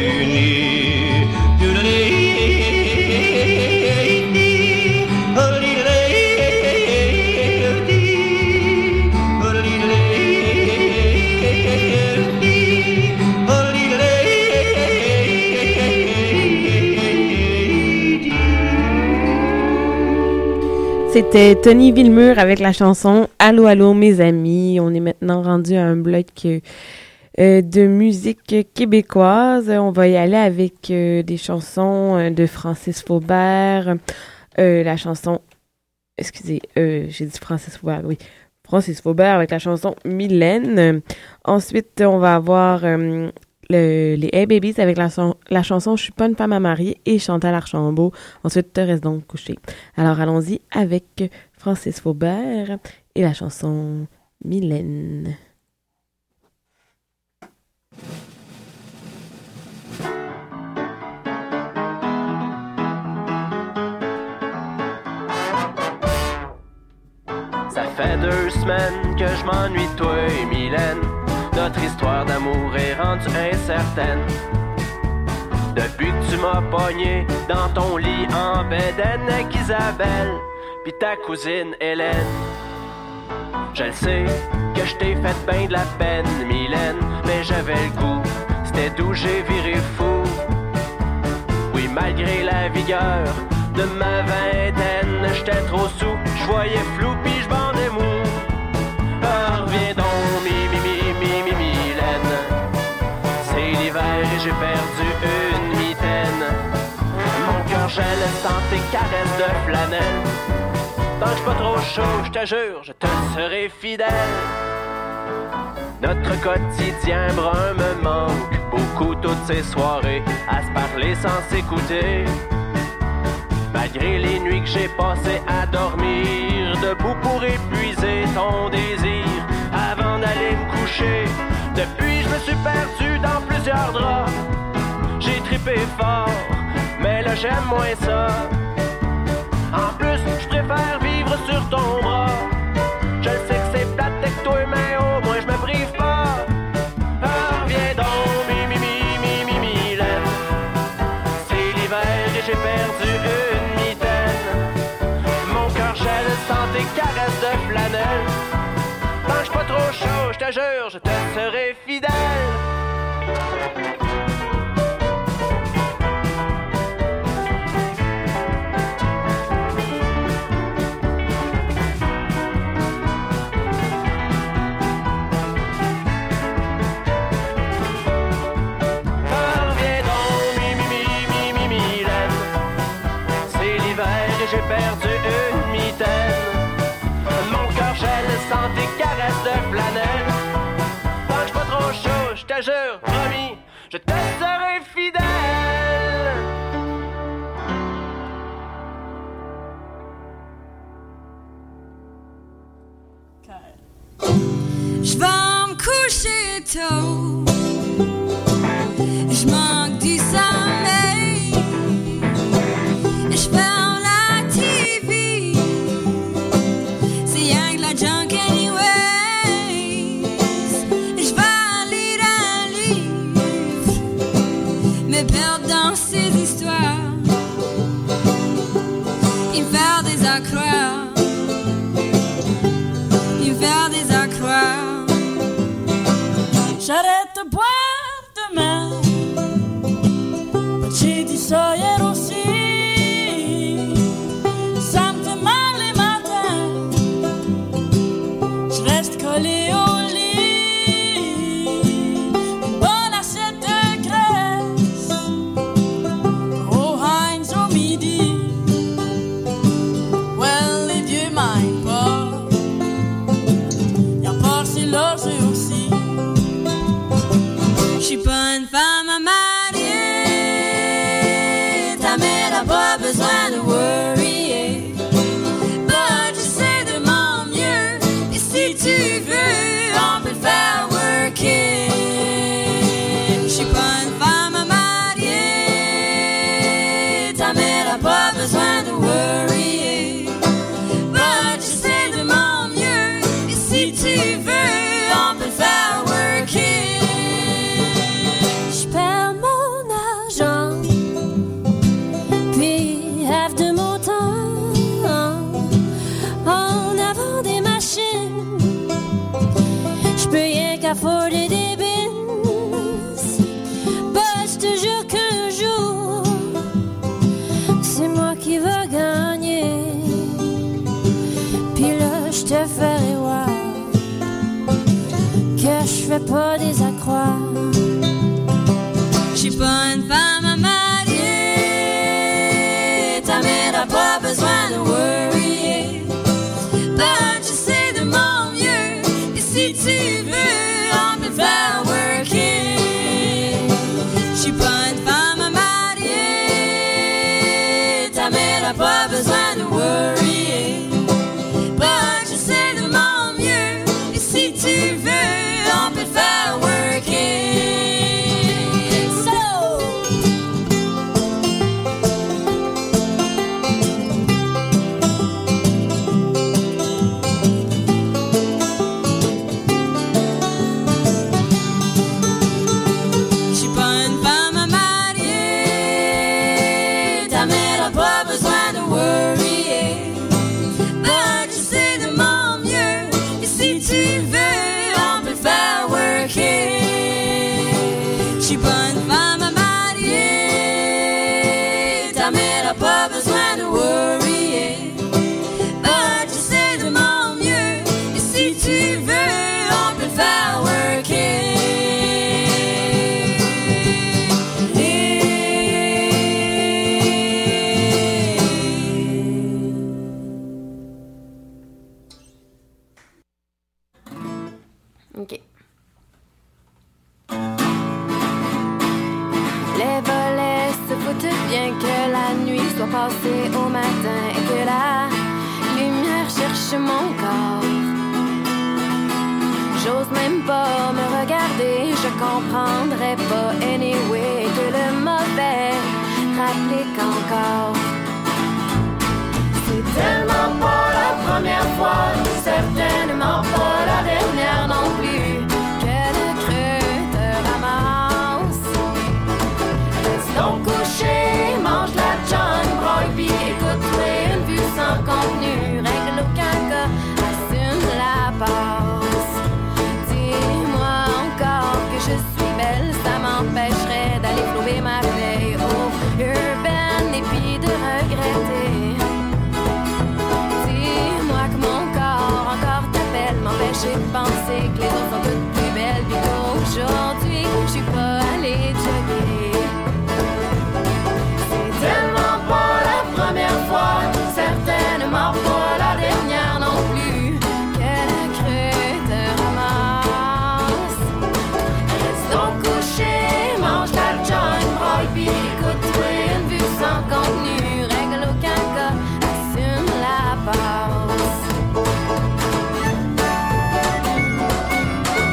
C: C'était Tony Villemur avec la chanson « Allô, allô, mes amis ». On est maintenant rendu à un bloc de musique québécoise. On va y aller avec des chansons de Francis Faubert. La chanson... Excusez, j'ai dit Francis Faubert, oui. Francis Faubert avec la chanson « Mylène ». Ensuite, on va avoir les Hey Babies avec la chanson « Je suis pas une femme à marier » et Chantal Archambault. Ensuite, « Te reste donc couché ». Alors, allons-y avec Francis Faubert et la chanson « Mylène ».
L: Ça fait 2 semaines que je m'ennuie de toi et Mylène. Notre histoire d'amour est rendue incertaine. Depuis que tu m'as pogné dans ton lit en bédaine avec Isabelle pis ta cousine Hélène. Je le sais que je t'ai fait ben de la peine, Mylène, mais j'avais le goût, c'était d'où j'ai viré fou. Oui, malgré la vigueur de ma vingtaine, j'étais trop sous, j'voyais flou pis j'bandais mou. Reviens donc, Mylène, c'est l'hiver et j'ai perdu une mitaine. Mon cœur gèle sans tes caresses de flanelle. Tant que j'suis pas trop chaud, j'te jure, je te serai fidèle. Notre quotidien brun me manque beaucoup toutes ces soirées à se parler sans s'écouter. Malgré les nuits que j'ai passées à dormir debout pour épuiser ton désir avant d'aller me coucher. Depuis je me suis perdu dans plusieurs draps. J'ai trippé fort, mais là j'aime moins ça. En plus, je préfère vivre sur ton bras. Je sais que c'est plate avec toi, mais au moins je me prive pas. Reviens donc, Mylène. C'est l'hiver et j'ai perdu une mitaine. Mon cœur gèle sans tes caresses de flanelle. Tant que j'suis pas trop chaud, je te jure, je te serai fidèle. J'ai perdu une mitaine. Mon cœur gèle sans tes caresses de flanelle. Tant que j'suis pas trop chaud, je te jure, promis, je te serai fidèle.
D: J'vais me coucher tôt. J'manque du sommeil. J'ferme la TV. C'est rien que la junk anyways. J'vais aller dans le livre, me perdre dans ces histoires et me faire des accroires. Et me faire des accroires.
M: j'arrête de boire demain. J'ai dit ça hier aussi. Ça me fait mal les matins. Je reste collé au lit. Une bonne assiette de graisse. Au Heinz au midi. Well, les vieux m'aiment pas. Y'a passé leurs yeux aussi. J'suis pas une femme à marier. Ta mère a pas besoin de worrier. But j'essaie de mon mieux. Et si tu veux, on peut le faire working. J'suis pas une femme à marier. Ta mère a pas besoin de worrier. But j'essaie de mon mieux. Et si tu veux, on peut le faire working.
F: J'perds mon argent, puis rêve de mon temps en avant des machines. J'peux rien qu'afforder des bins. Bah, j'te jure qu'un jour, c'est moi qui vais gagner. Puis là, j'te ferai voir que j'fais pas des accrocs.
M: J'suis pas une femme à marier. Ta mère a pas besoin de worrier. But j'essaie de mon mieux. Et si tu veux, on peut faire working. J'suis pas une femme à marier. Ta mère a pas besoin de worrier. But j'essaie de mon mieux. Et si tu veux, on peut faire working. J'suis pas une femme à marier. Ta mère a pas besoin de worrier. But j'essaie de mon mieux. Et si tu veux, on peut le faire working.
F: OK. Les volets se foutent bien que la nuit soit passée au matin et que la lumière cherche mon corps. J'ose même pas me regarder, je comprendrais pas anyway que le mauvais rapplique encore. C'est tellement pas la première fois, certainement pas la dernière non plus, que le creux te ramasse. Reste donc couché, mange la John Broy, puis écoute-toi une vue sans contenu. Règle aucun cas, assume la passe. Dis-moi encore que je suis belle, ça m'empêcherait d'aller flouer ma veille au urbaine et puis de regretter. Dis-moi que mon corps encore t'appelle, m'empêcher de penser que les autres sont toutes plus belles, puis qu'aujourd'hui je suis pas allée jogger. C'est tellement pas la première fois, certainement pas la dernière non plus, que le creux te ramasse. Reste donc couché, mange la John Broy, puis écoute-toi une vue sans contenu. Règle aucun cas, assume la passe.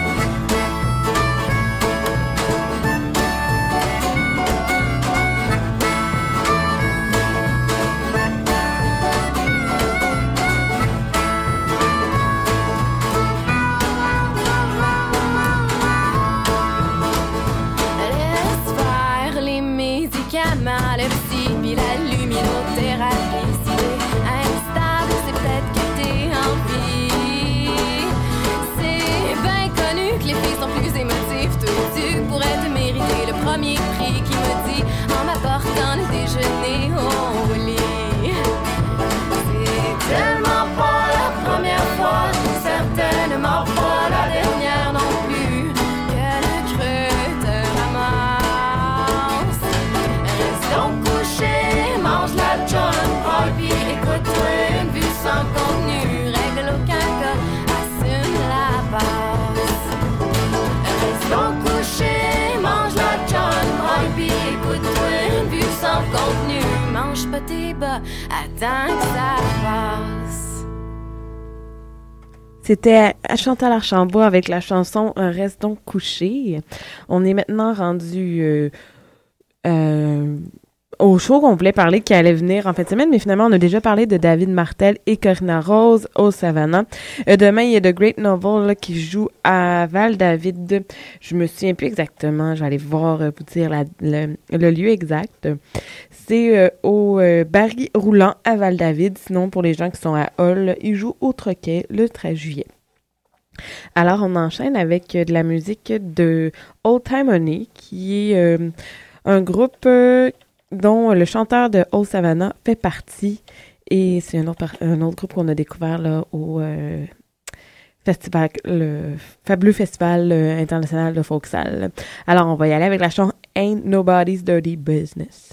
F: bah attends que ça passe.
C: C'était Chantal Archambault avec la chanson « Reste donc couché ». On est maintenant rendu au show qu'on voulait parler qui allait venir en fin de semaine, mais finalement, on a déjà parlé de David Martel et Corinna Rose au Savannah. Demain, il y a The Great Novel là, qui joue à Val-David. Je me souviens plus exactement. Je vais aller voir, vous dire le lieu exact. C'est au Barry Roulant à Val-David. Sinon, pour les gens qui sont à Hull, ils jouent au Troquet le 13 juillet. Alors, on enchaîne avec de la musique de Old Time Honey, qui est un groupe dont le chanteur de Old Savannah fait partie. Et c'est un autre groupe qu'on a découvert là, au festival, le fabuleux festival international de Folksal. Alors, on va y aller avec la chanson Ain't Nobody's Dirty Business.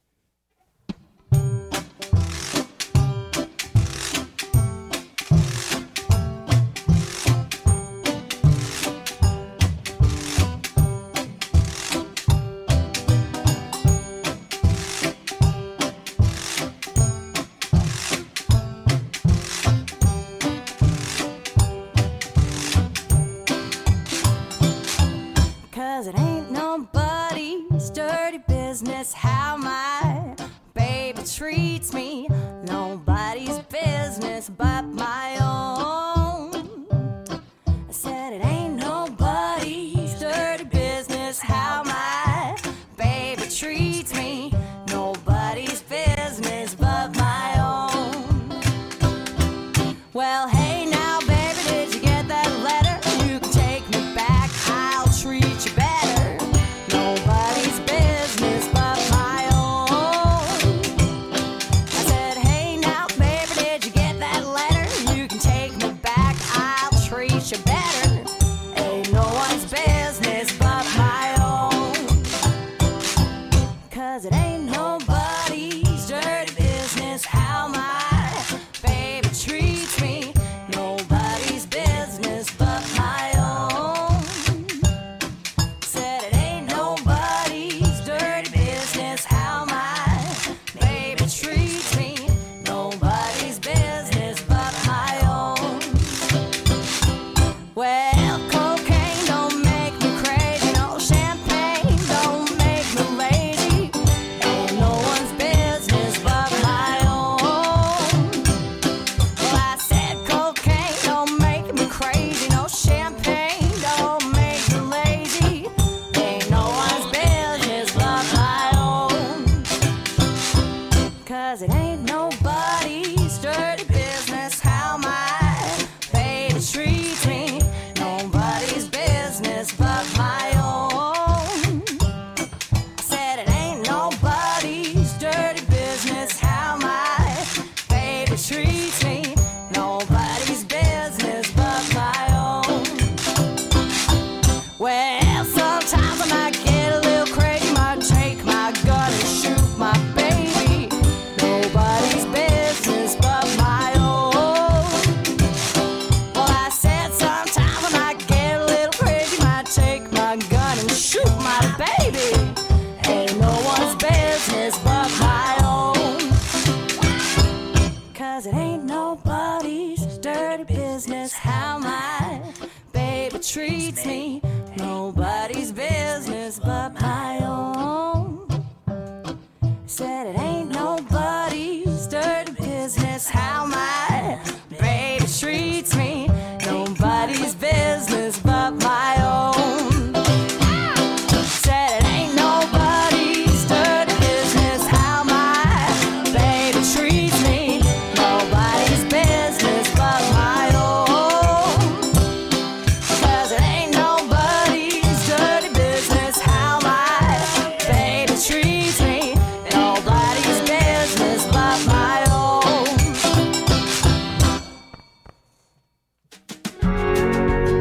F: How my baby treats me, nobody's business but my own. I said it ain't nobody's dirty business how my baby treats me, nobody's business but my own. Well, hey now, baby, did you get that letter? You can take me back, I'll treat you better. Nobody's business but my own. I said, hey now, baby, did you get that letter? You can take me back, I'll treat you better. Ain't no one's business but my own. 'Cause it ain't nobody's dirty business how my baby treats me. Nobody's business but my own. Said it ain't nobody's dirty business how my baby treats me. Nobody's business but my own. Well, cocaine don't make me crazy, no champagne don't make me lazy. Ain't no one's business but my own. Well, I said cocaine don't make me crazy, no champagne don't make me lazy. Ain't no one's business but my own. 'Cause it ain't nobody's dirty business how my baby treats me. Nobody's business but my own. I said it ain't nobody's dirty business how my baby treats me. Nobody's business but my own. Well, sometimes I might get a little crazy, might take my gun and shoot my baby. Nobody's business but my own. Well, I said sometimes I might get a little crazy, might take my gun and shoot my baby. Ain't no one's business but my own. 'Cause it ain't nobody's dirty business how my baby treats me. Nobody's business but my own. Said it ain't nobody's dirty business how my baby treats me. Nobody's business but my own. Said it ain't nobody's dirty business how my baby treats me. Nobody's business but my own. 'Cause it ain't nobody's dirty business how my baby treats me. Nobody's business but my own.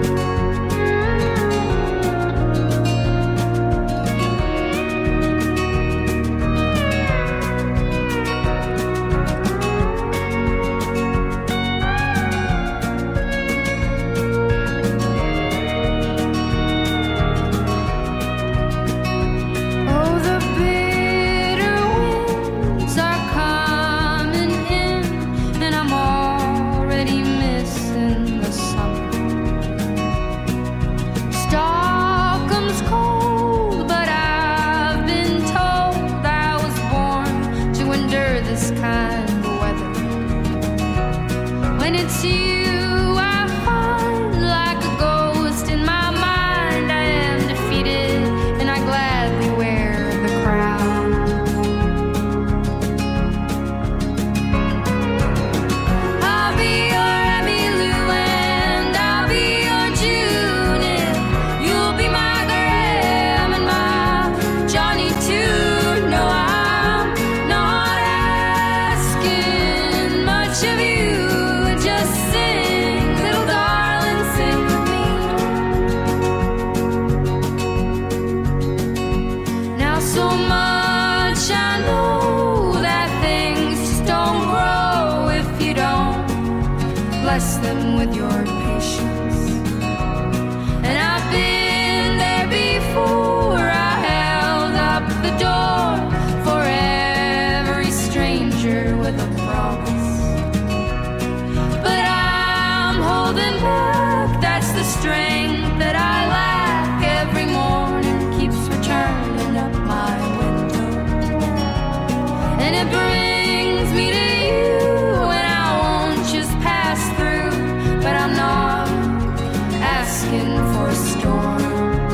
M: with your patience. And I've been there before. I held up the door for every stranger with a promise. But I'm holding back, that's the strength that I lack. Every morning keeps returning up my window, and it brings me to you, and I won't just pass through, but I'm not asking for a storm.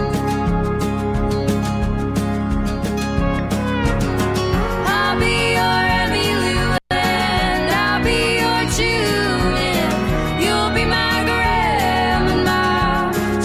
M: I'll be your Emmylou and I'll be your June, and you'll be my Graham and my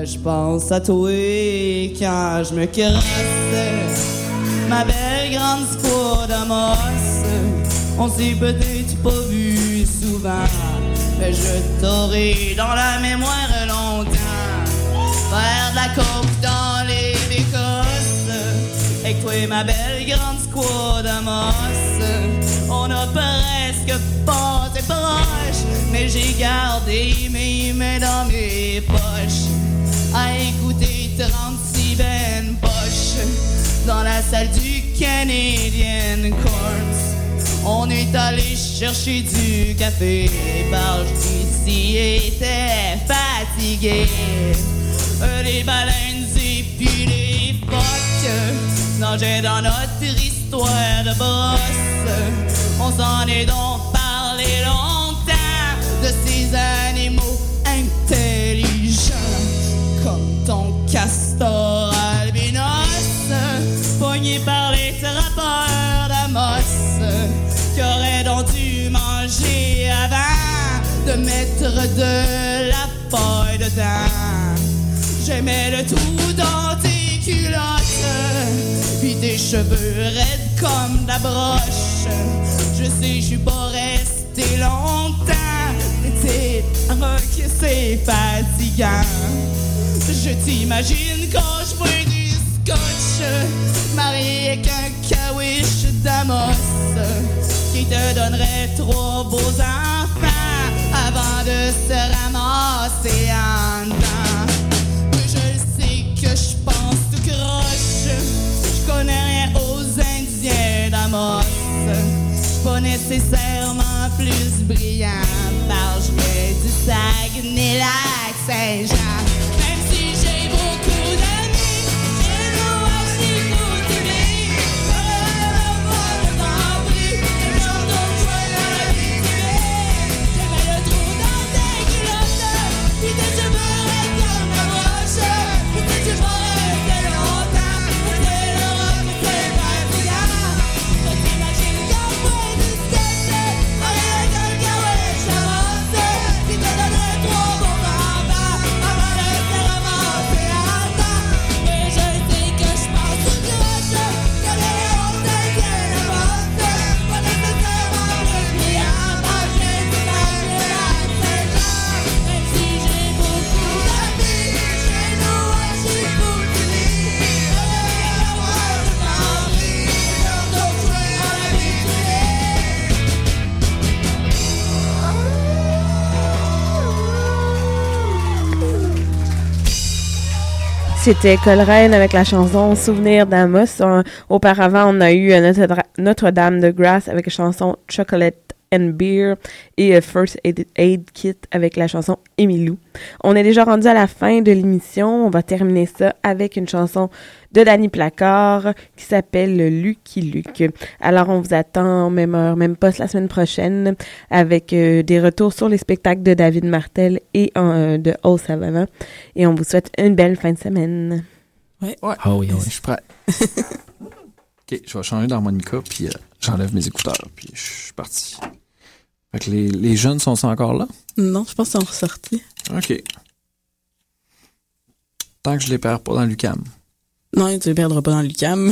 N: je pense à toi quand je me caresse. Ma belle grande squaw d'Amos, on s'est peut-être pas vu souvent, mais je t'aurai dans la mémoire longtemps. Faire de la coke dans les bécosses, avec toi ma belle grande squaw d'Amos. On a presque passé proche, mais j'ai gardé mes mains dans mes poches, à écouter 36 ben poches dans la salle du Canadian Corns. On est allé chercher du café, parce qu'ici était fatigué. Les baleines et puis les phoques nageaient dans notre histoire de brosse. On s'en est donc parlé longtemps de ces animaux intelligents, comme ton castor albinos, pogné par les trappeurs d'Amos, qui auraient donc dû manger avant de mettre de la paille dedans. J'aimais le tout dans tes culottes, puis tes cheveux raides comme de la broche. Je sais, je suis pas resté longtemps, mais t'es que c'est fatigant. Je t'imagine quand je bois du scotch, marié avec un kawish d'Amos, qui te donnerait 3 beaux enfants avant de se ramasser en dedans. Que je pense tout croche, je connais rien aux Indiens d'Amos. J'suis pas nécessairement plus brillant, parce que je viens du Saguenay-Lac-Saint-Jean. Même si j'ai beaucoup d'amis, j'ai nos articles télé. Le grand prix, les gens dont je vois dans la vie privée. J'aimais le trou dans tes culottes, puis tes cheveux raides comme la broche. Tu vas rester longtemps, c'est le rock, c'est fatigant. Je t'imagine qu'en point du sketch, avec un kawish d'Amos, qui te donnerait 3 bons enfants avant de se ramasser en temps. Et je sais que je pense tout croche, que les hontes Indiens d'Amos, pas nécessairement plus brillants, parce que j'ai du Saguenay-Lac-Saint-Jean. Même si j'ai beaucoup d'amis, j'ai nos
C: C'était Coleraine avec la chanson Souvenir d'Amos. Auparavant, on a eu Notre-Dame de Grâce avec la chanson Chocolate and Beer et First Aid Kit avec la chanson Emilou. On est déjà rendu à la fin de l'émission. On va terminer ça avec une chanson de Danny Placard qui s'appelle Lucky Luke. Alors, on vous attend même heure, même poste la semaine prochaine avec des retours sur les spectacles de David Martel et de Haut Savavant. Et on vous souhaite une belle fin de semaine.
O: Ouais.
E: Ah oui,
O: je suis prêt. OK, je vais changer d'harmonica, puis j'enlève mes écouteurs, puis je suis parti. Fait que les jeunes sont encore là?
P: Non, je pense qu'ils sont ressortis.
O: OK. Tant que je les perds pas dans l'UQAM.
P: Non, tu les perdras pas dans l'UQAM.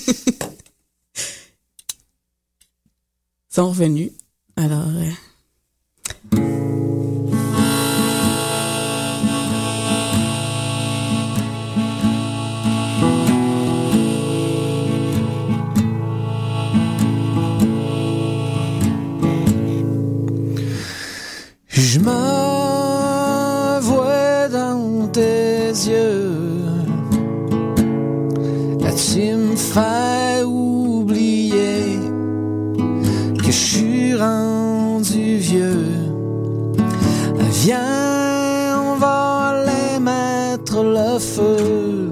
P: Ils sont revenus. Alors...
J: Je me vois dans tes yeux, là tu me fais oublier que je suis rendu vieux. Viens, on va aller mettre le feu.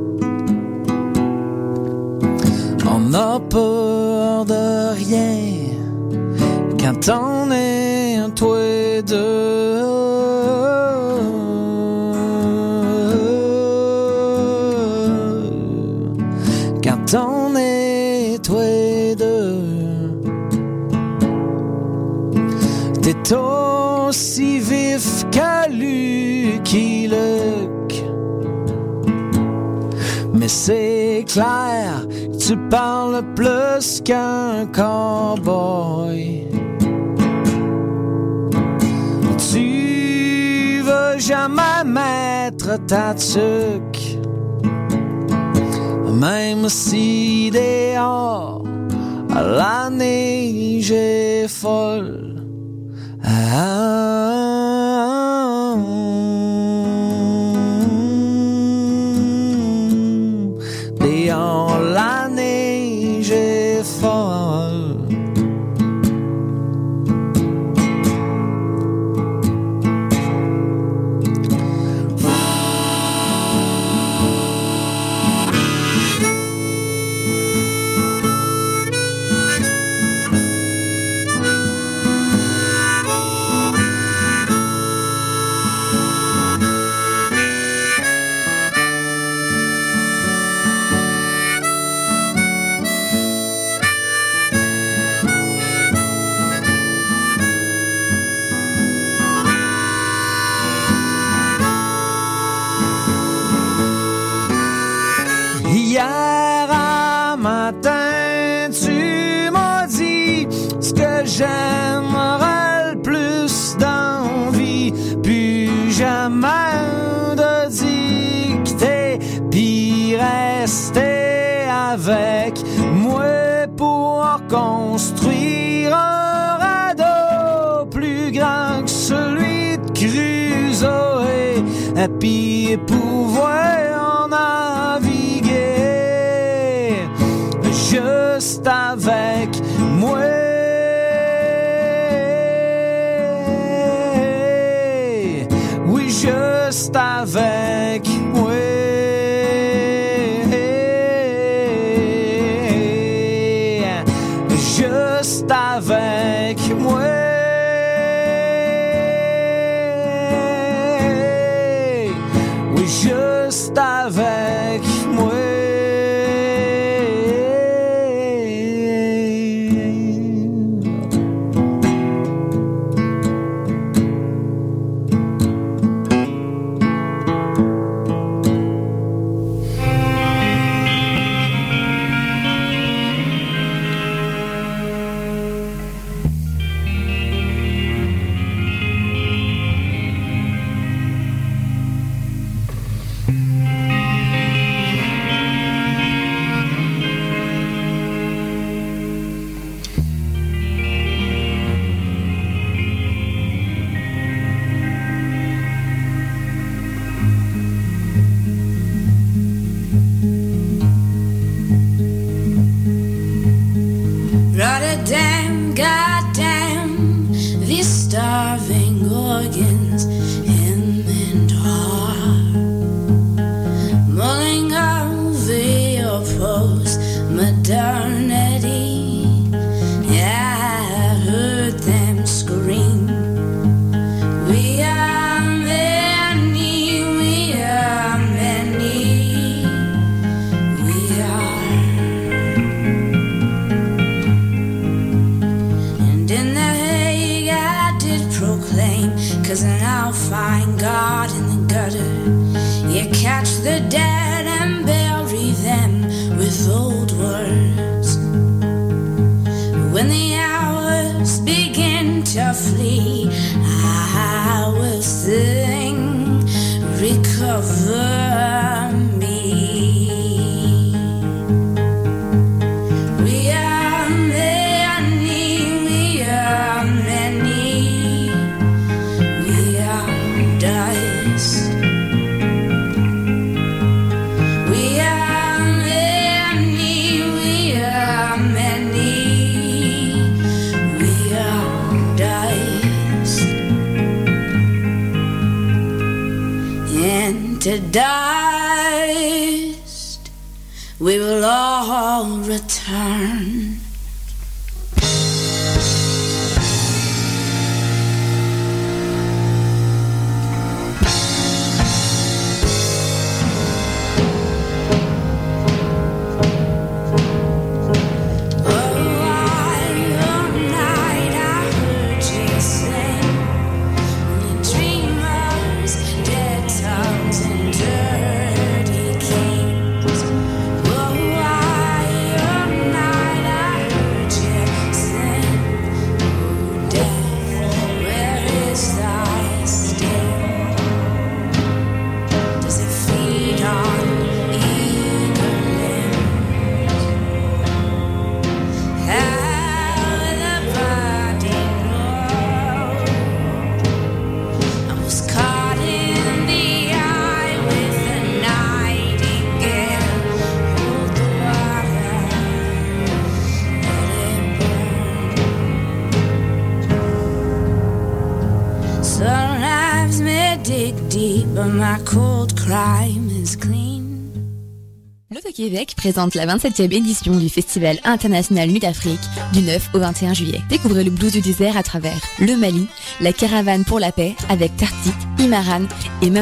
J: On n'a peur de rien quand on est un toi et deux. Quand on est toi et deux, t'es aussi vif que Lucky Luke. mais c'est clair, tu parles plus qu'un cowboy. Tu veux jamais mettre ta tuque, même si dehors la neige est folle. Dehors la neige est folle. Hier à matin, tu m'as dit ce que j'aimerais le plus dans vie. Plus jamais de dicter, puis rester avec moi pour construire un radeau plus grand que celui de Crusoe, et puis pouvoir en naviguer juste avec moi. Oui, juste avec moi. Juste avec moi. Oui, juste avec moi.
D: Rotterdam, goddamn, these starving organs, him and her, mulling over your post-modernity. Yeah, I heard them scream. We are many, we are many, we are. And in the Hague I did proclaim, 'cause now find God in the gutter. You catch the dead and bury them with old words. When the hours begin to flee, I will sing, recover me. We are many, we are many, we are dust. We are many, we are many, we are dust. And to dust we will all return. Dreamers, dead tongues, and dirty kings. dig deep, but my cold crime is clean.
A: L'Auto-Québec présente la 27e édition du Festival international Nuit d'Afrique du 9 au 21 juillet. Découvrez le blues du désert à travers le Mali, la caravane pour la paix avec Tartit, Imaran et